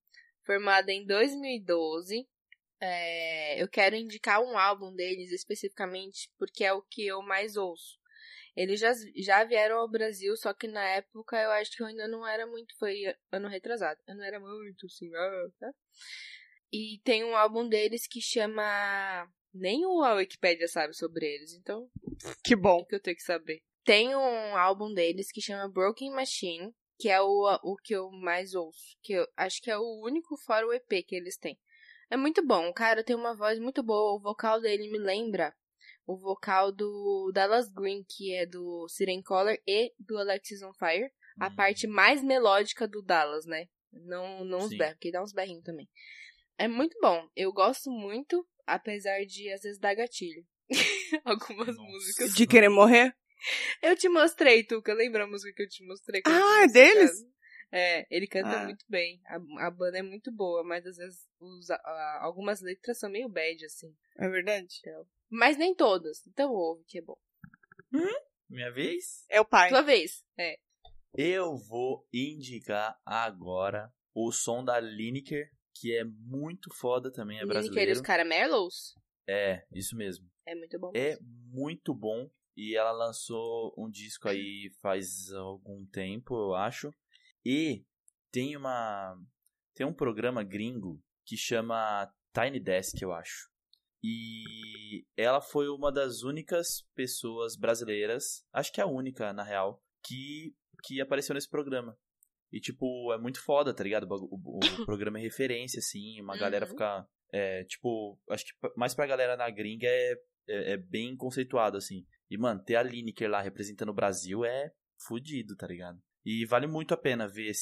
formada em 2012. Eu quero indicar um álbum deles especificamente porque é o que eu mais ouço. Eles já vieram ao Brasil, só que na época eu acho que eu ainda não era muito, foi ano retrasado. Eu não era muito, assim, tá? E tem um álbum deles que chama... Nem a Wikipédia sabe sobre eles, então... Que bom. O que eu tenho que saber? Tem um álbum deles que chama Broken Machine, que é o que eu mais ouço. Que eu acho que é o único fora o EP que eles têm. É muito bom, o cara tem uma voz muito boa. O vocal dele me lembra o vocal do Dallas Green, que é do Siren Color e do Alexis on Fire. A parte mais melódica do Dallas, né? Não os berros, porque dá uns berrinhos também. É muito bom. Eu gosto muito, apesar de às vezes dar gatilho. Algumas músicas. De querer morrer? Eu te mostrei, Tuca. Lembra a música que eu te mostrei? É deles? Ele canta muito bem. A banda é muito boa, mas às vezes algumas letras são meio bad, assim. É verdade? Então, mas nem todas. Então ouve, que é bom. Minha vez? É o pai. Tua vez. Eu vou indicar agora o som da Lineker, que é muito foda também, é brasileiro. Lineker e os Caramelos? É, isso mesmo. É muito bom. É muito bom. E ela lançou um disco aí faz algum tempo, eu acho. E tem um programa gringo que chama Tiny Desk, eu acho. E ela foi uma das únicas pessoas brasileiras, acho que é a única, na real, que apareceu nesse programa. E, tipo, é muito foda, tá ligado? O programa é referência, assim, uma galera fica... acho que mais pra galera na gringa é bem conceituado, assim. E, mano, ter a Lineker lá representando o Brasil é fudido, tá ligado? E vale muito a pena ver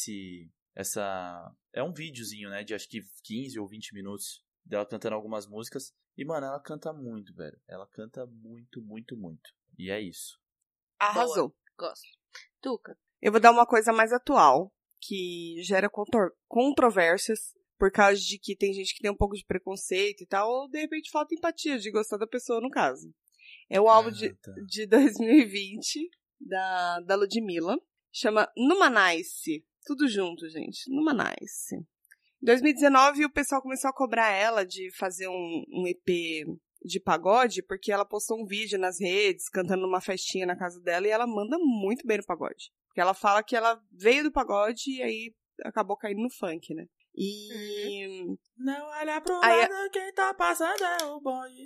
é um videozinho, né, de acho que 15 ou 20 minutos dela cantando algumas músicas. E, mano, ela canta muito, velho. Ela canta muito, muito, muito. E é isso. Arrasou. Boa. Gosto. Tuca. Eu vou dar uma coisa mais atual, que gera controvérsias, por causa de que tem gente que tem um pouco de preconceito e tal, ou de repente falta empatia de gostar da pessoa, no caso. É o álbum de 2020, da Ludmilla. Chama Numanice. Tudo junto, gente. Numanice. Em 2019, o pessoal começou a cobrar ela de fazer um EP de pagode, porque ela postou um vídeo nas redes, cantando numa festinha na casa dela, e ela manda muito bem no pagode. Porque ela fala que ela veio do pagode e aí acabou caindo no funk, né? E... Não olha pro lado, quem tá passando é o bonde.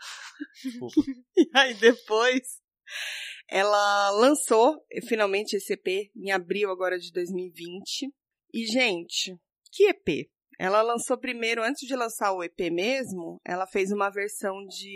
E aí depois ela lançou finalmente esse EP em abril agora de 2020. E, gente, que EP? Ela lançou primeiro, antes de lançar o EP mesmo, ela fez uma versão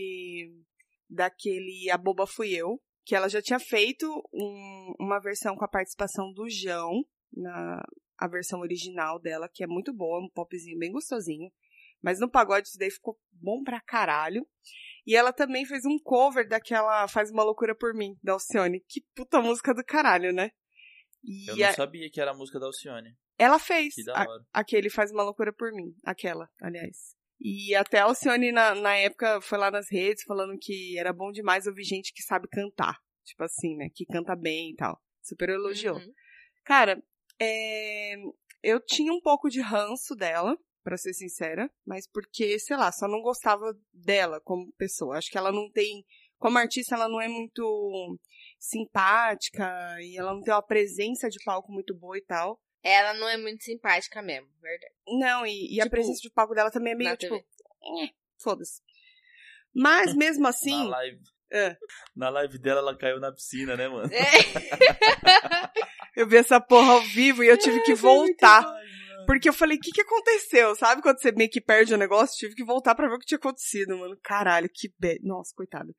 daquele A Boba Fui Eu, que ela já tinha feito uma versão com a participação do João, a versão original dela, que é muito boa, um popzinho bem gostosinho. Mas no pagode isso daí ficou bom pra caralho. E ela também fez um cover daquela Faz Uma Loucura Por Mim, da Alcione. Que puta música do caralho, né? Eu não sabia que era a música da Alcione. Ela fez Que da hora. aquele Faz Uma Loucura Por Mim. Aquela, aliás. E até a Alcione, na época, foi lá nas redes falando que era bom demais ouvir gente que sabe cantar. Tipo assim, né? Que canta bem e tal. Super elogiou. Cara, eu tinha um pouco de ranço dela, pra ser sincera, mas porque, sei lá, só não gostava dela como pessoa. Acho que ela não tem... Como artista, ela não é muito simpática e ela não tem uma presença de palco muito boa e tal. Ela não é muito simpática mesmo, verdade. Não, e a presença de palco dela também é meio, tipo... foda-se. Mas, mesmo assim... Na live dela, ela caiu na piscina, né, mano? Eu vi essa porra ao vivo e eu tive que voltar. Porque eu falei, o que aconteceu? Sabe quando você meio que perde o negócio? Tive que voltar pra ver o que tinha acontecido, mano. Caralho, que... Nossa, coitada.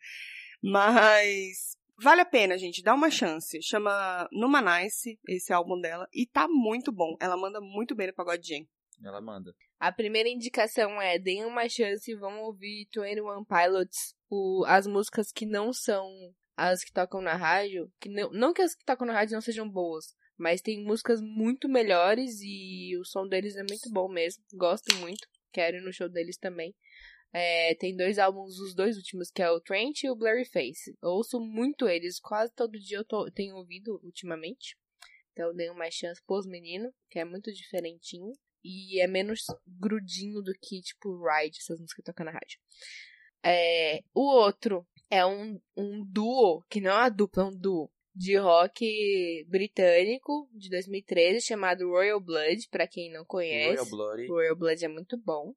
Mas... Vale a pena, gente. Dá uma chance. Chama Numanice, esse álbum dela. E tá muito bom. Ela manda muito bem no pagodinho. Ela manda. A primeira indicação é: deem uma chance e vão ouvir 21 Pilots. As músicas que não são as que tocam na rádio. Não que as que tocam na rádio não sejam boas. Mas tem músicas muito melhores e o som deles é muito bom mesmo. Gosto muito. Quero ir no show deles também. Tem 2 álbuns, os 2 últimos, que é o Trent e o Blurry Face. Eu ouço muito eles, quase todo dia eu tenho ouvido ultimamente. Então dei uma chance pros meninos, que é muito diferentinho. E é menos grudinho do que, tipo, Ride, essas músicas que tocam na rádio. O outro é um duo, que não é uma dupla, é um duo, de rock britânico, de 2013, chamado Royal Blood, pra quem não conhece. Royal Blood é muito bom.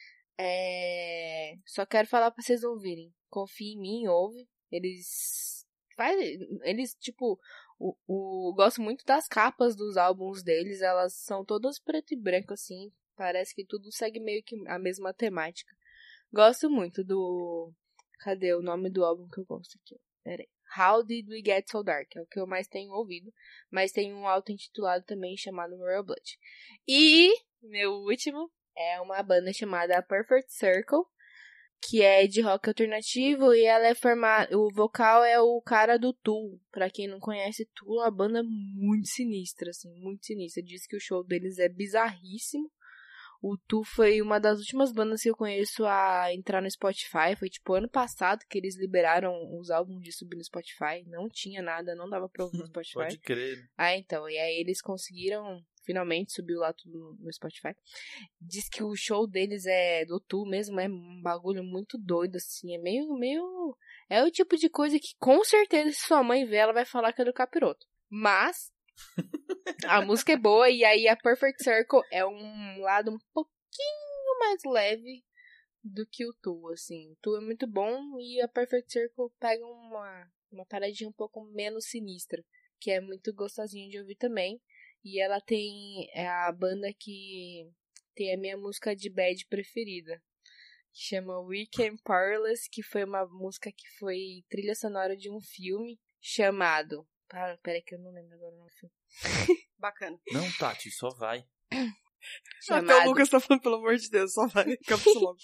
Só quero falar pra vocês ouvirem. Confia em mim, ouve. Eles, tipo... gosto muito das capas dos álbuns deles. Elas são todas preto e branco, assim. Parece que tudo segue meio que a mesma temática. Gosto muito do... Cadê o nome do álbum que eu gosto aqui? Pera aí. How Did We Get So Dark? É o que eu mais tenho ouvido. Mas tem um auto-intitulado também chamado Royal Blood. E meu último é uma banda chamada Perfect Circle, que é de rock alternativo, e ela é formada... O vocal é o cara do Tool. Pra quem não conhece, Tool é uma banda muito sinistra, assim, muito sinistra. Diz que o show deles é bizarríssimo. O Tool foi uma das últimas bandas que eu conheço a entrar no Spotify. Foi tipo ano passado que eles liberaram os álbuns de subir no Spotify. Não tinha nada, não dava pra ouvir no Spotify. Pode crer. Então. E aí eles conseguiram, finalmente, subiu lá tudo no Spotify. Diz que o show deles do Tool mesmo, é um bagulho muito doido, assim. É meio... É o tipo de coisa que, com certeza, se sua mãe ver, ela vai falar que é do Capiroto. Mas... a música é boa, e aí a Perfect Circle é um lado um pouquinho mais leve do que o Tool, assim. O Tool é muito bom e a Perfect Circle pega uma paradinha um pouco menos sinistra, que é muito gostosinha de ouvir também. E ela é a banda que tem a minha música de bad preferida, que chama Weekend Powerless, que foi uma música que foi trilha sonora de um filme chamado... Peraí que eu não lembro agora o nome do filme. Bacana. Não, Tati, só vai. Até o Lucas tá falando, pelo amor de Deus, só vai. Capsulou.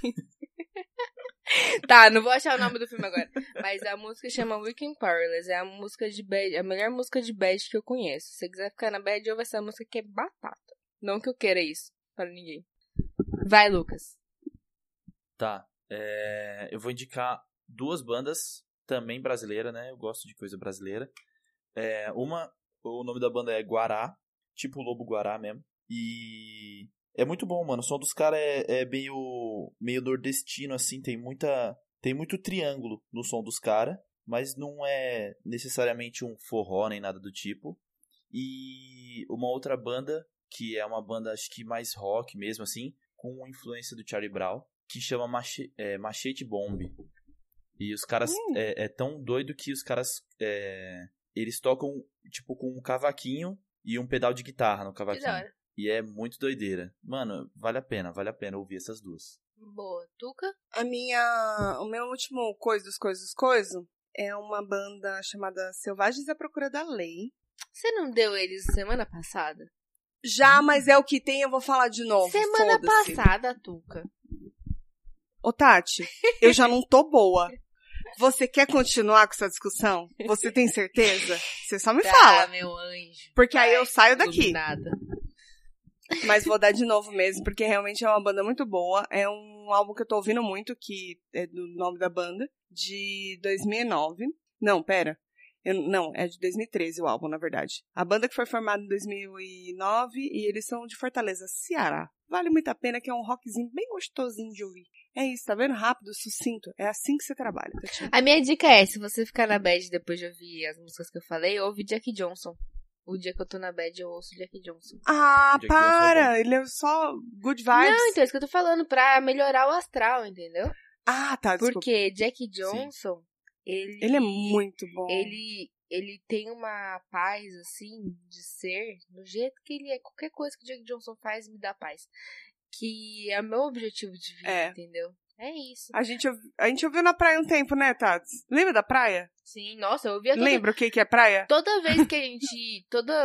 Tá, não vou achar o nome do filme agora. Mas a música chama Weekend Powerless. É a música de bad, a melhor música de bad que eu conheço. Se você quiser ficar na bad, ouve essa música que é batata. Não que eu queira isso para ninguém. Vai, Lucas. Tá. Eu vou indicar duas bandas, também brasileiras, né? Eu gosto de coisa brasileira. O nome da banda é Guará, tipo Lobo Guará mesmo. E é muito bom, mano. O som dos caras é meio nordestino, assim. Tem muito triângulo no som dos caras, mas não é necessariamente um forró nem nada do tipo. E uma outra banda, que é uma banda acho que mais rock mesmo, assim, com influência do Charlie Brown, que chama Machete Bomb. E os caras é tão doido que os caras eles tocam tipo com um cavaquinho e um pedal de guitarra no cavaquinho. E é muito doideira. Mano, vale a pena ouvir essas duas. Boa. Tuca? O meu último coisa é uma banda chamada Selvagens à Procura da Lei. Você não deu eles semana passada? Já, mas é o que tem, eu vou falar de novo. Semana passada, Tuca. Ô, Tati, eu já não tô boa. Você quer continuar com essa discussão? Você tem certeza? Você só me fala. Meu anjo. Porque aí eu saio daqui. Nada. Mas vou dar de novo mesmo, porque realmente é uma banda muito boa. É um álbum que eu tô ouvindo muito, que é do nome da banda, de 2009. Não, pera. Não, é de 2013 o álbum, na verdade. A banda que foi formada em 2009 e eles são de Fortaleza, Ceará. Vale muito a pena, que é um rockzinho bem gostosinho de ouvir. É isso, tá vendo? Rápido, sucinto. É assim que você trabalha, Tatiana. A minha dica é, se você ficar na bad depois de ouvir as músicas que eu falei, ouve Jack Johnson. O dia que eu tô na bad, eu ouço Jack Johnson. Ah, Jack para! Johnson Ele é só good vibes. Não, então é isso que eu tô falando, pra melhorar o astral, entendeu? Ah, tá, desculpa. Porque Jack Johnson, ele é muito bom. Ele tem uma paz, assim, de ser, do jeito que ele é. Qualquer coisa que o Jack Johnson faz me dá paz. Que é o meu objetivo de vida, entendeu? É isso. A gente ouviu na praia um tempo, né, Tats? Lembra da praia? Sim, nossa, eu ouvia Lembra o que é praia? Toda vez que a gente...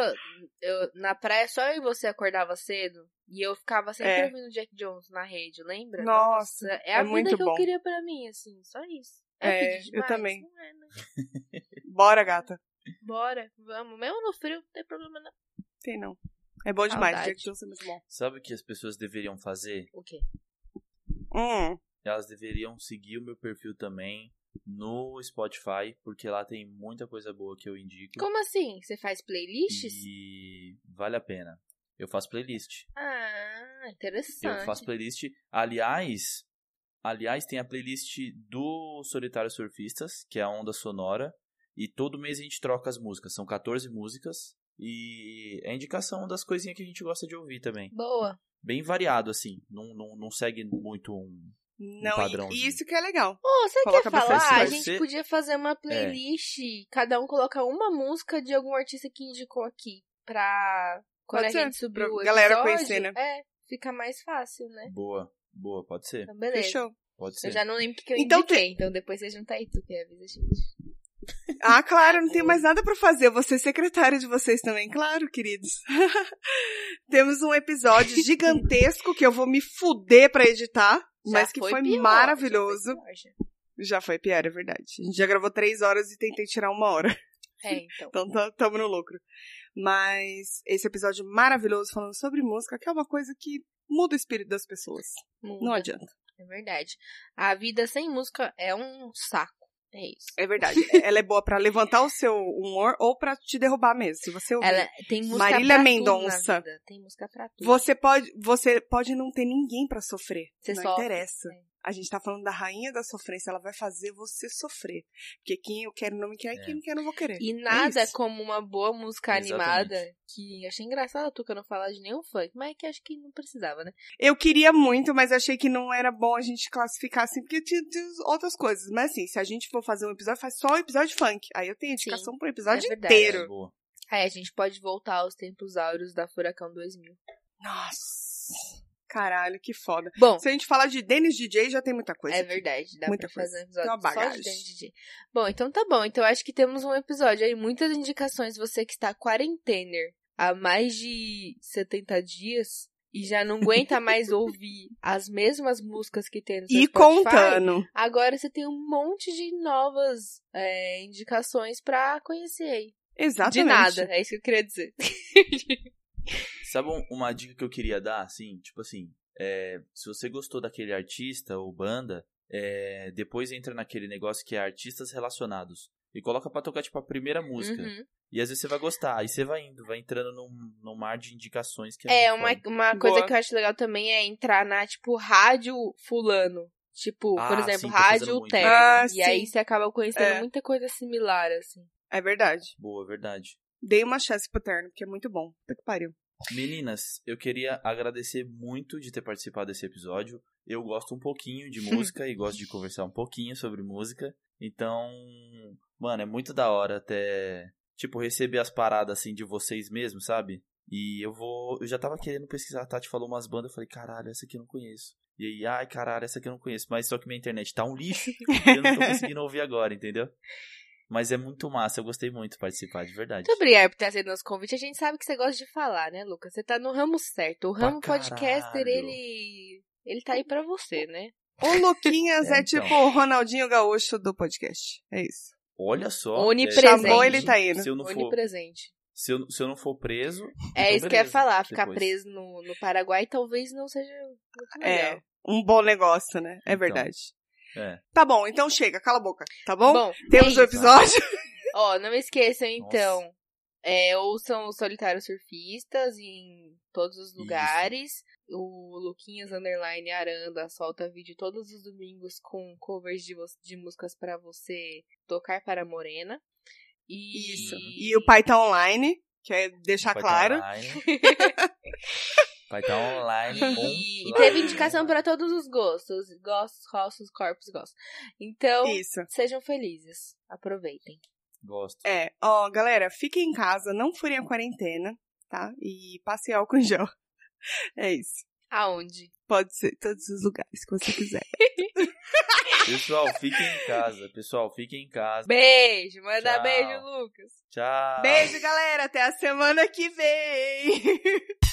na praia, só eu e você acordava cedo. E eu ficava sempre ouvindo Jack Johnson na rede, lembra? Nossa, é a vida muito que bom. eu queria pra mim, assim, só isso. Pedir demais? Eu também. Não é, né? Bora, gata. Bora, vamos. Mesmo no frio, não tem problema não. Tem não. É bom demais, Saudade. Jack Johnson é muito bom. Sabe o que as pessoas deveriam fazer? O quê? Elas deveriam seguir o meu perfil também no Spotify, porque lá tem muita coisa boa que eu indico. Como assim? Você faz playlists? E vale a pena. Eu faço playlist. interessante. Eu faço playlist. Aliás, tem a playlist do Solitário Surfistas, que é a Onda Sonora. E todo mês a gente troca as músicas. São 14 músicas. E é indicação das coisinhas que a gente gosta de ouvir também. Boa. Bem variado, assim. Não segue muito um padrãozinho. E isso que é legal. Você Coloca quer falar? bastante A coisa. gente podia fazer uma playlist. Cada um coloca uma música de algum artista que indicou aqui. Pra quando Pode a ser, gente subir pra o episódio. galera conhecer, né? Fica mais fácil, né? Boa, pode ser. Então, beleza. Fechou. Pode ser. Eu já não lembro o que eu Então indiquei. Então depois você junta aí, tu que avisa a gente. Ah, claro, eu não tenho mais nada pra fazer. Eu vou ser secretária de vocês também, claro, queridos. Temos um episódio gigantesco que eu vou me fuder pra editar, mas que foi pior, maravilhoso. Já foi pior, Já foi pior, é verdade. A gente já gravou 3 horas e tentei tirar 1 hora. então. Então tamo no lucro. Mas esse episódio maravilhoso falando sobre música, que é uma coisa que muda o espírito das pessoas. Muda. Não adianta. É verdade. A vida sem música é um saco. É isso. É verdade. Ela é boa pra levantar o seu humor ou pra te derrubar mesmo. Se você ouvir Ela tem música Marília pra Mendonça. tudo na vida. Tem música pra tudo. Você pode não ter ninguém pra sofrer. Você não sofre. interessa. A gente tá falando da rainha da sofrência, ela vai fazer você sofrer. Porque quem eu quero não me quer, e quem me quer não vou querer. E nada isso. como uma boa música Exatamente. animada, que achei engraçado tu que eu não falar de nenhum funk, mas é que acho que não precisava, né? Eu queria muito, mas achei que não era bom a gente classificar assim, porque tinha outras coisas. Mas assim, se a gente for fazer um episódio, faz só um episódio de funk. Aí eu tenho indicação pro episódio verdade. inteiro. Boa. Aí a gente pode voltar aos tempos áureos da Furacão 2000. Nossa, caralho, que foda. Bom, Se a gente falar de Dennis DJ, já tem muita coisa. é aqui. verdade, dá Muita pra fazer um coisa. Tem episódio uma só de bagagem. Danny DJ. Bom, então tá bom. Então acho que temos um episódio aí, muitas indicações. Você que está quarentener há mais de 70 dias e já não aguenta mais ouvir as mesmas músicas que tem no seu E Spotify, contando. agora você tem um monte de novas indicações pra conhecer aí. Exatamente. De nada, é isso que eu queria dizer. Sabe uma dica que eu queria dar, assim? Tipo assim, se você gostou daquele artista ou banda, depois entra naquele negócio que é artistas relacionados. E coloca pra tocar, tipo, a primeira música. Uhum. E às vezes você vai gostar. Aí você vai entrando num mar de indicações que Uma coisa Boa. que eu acho legal também é entrar na, tipo, rádio fulano. Tipo, por exemplo, sim, tô fazendo rádio muito. terno. Ah, E aí sim. você acaba conhecendo muita coisa similar, assim. É verdade. Boa, verdade. Dei uma chance pro Terno, porque é muito bom. Puta que pariu. Meninas, eu queria agradecer muito de ter participado desse episódio. Eu gosto um pouquinho de música e gosto de conversar um pouquinho sobre música. Então, mano, é muito da hora até, tipo, receber as paradas, assim, de vocês mesmos, sabe? E eu já tava querendo pesquisar, a Tati falou umas bandas, eu falei, caralho, essa aqui eu não conheço. E aí, ai, caralho, essa aqui eu não conheço. Mas só que minha internet tá um lixo e eu não tô conseguindo ouvir agora, entendeu? Mas é muito massa, eu gostei muito de participar, de verdade. Muito obrigada por ter aceito nosso convite. A gente sabe que você gosta de falar, né, Lucas? Você tá no ramo certo. O ramo podcaster, ele tá aí pra você, né? O Luquinhas é então. tipo o Ronaldinho Gaúcho do podcast. É isso. Olha só. Onipresente. Chamou, ele tá indo. Se eu não for, Onipresente. se eu não for preso... É então isso que eu ia beleza, falar. Ficar depois. preso no Paraguai talvez não seja muito legal. É, um bom negócio, né? É Então. verdade. É. Tá bom, então chega, cala a boca. Tá bom? Bom, Temos o episódio. Ó, não esqueçam, então, ouçam os Solitários Surfistas em todos os lugares. O Luquinhas _ Aranda solta vídeo todos os domingos com covers de músicas pra você tocar para a Morena. Isso. E o pai tá online, quer deixar claro. Vai estar online. E teve indicação pra todos os gostos. Gostos, rostos, corpos, gostos. Então, Isso. sejam felizes. Aproveitem. Gosto. Galera, fiquem em casa, não furem a quarentena, tá? E passem álcool em gel. É isso. Aonde? Pode ser todos os lugares que você quiser. Pessoal, fiquem em casa. Beijo. Manda Tchau. beijo, Lucas. Tchau. Beijo, galera. Até a semana que vem.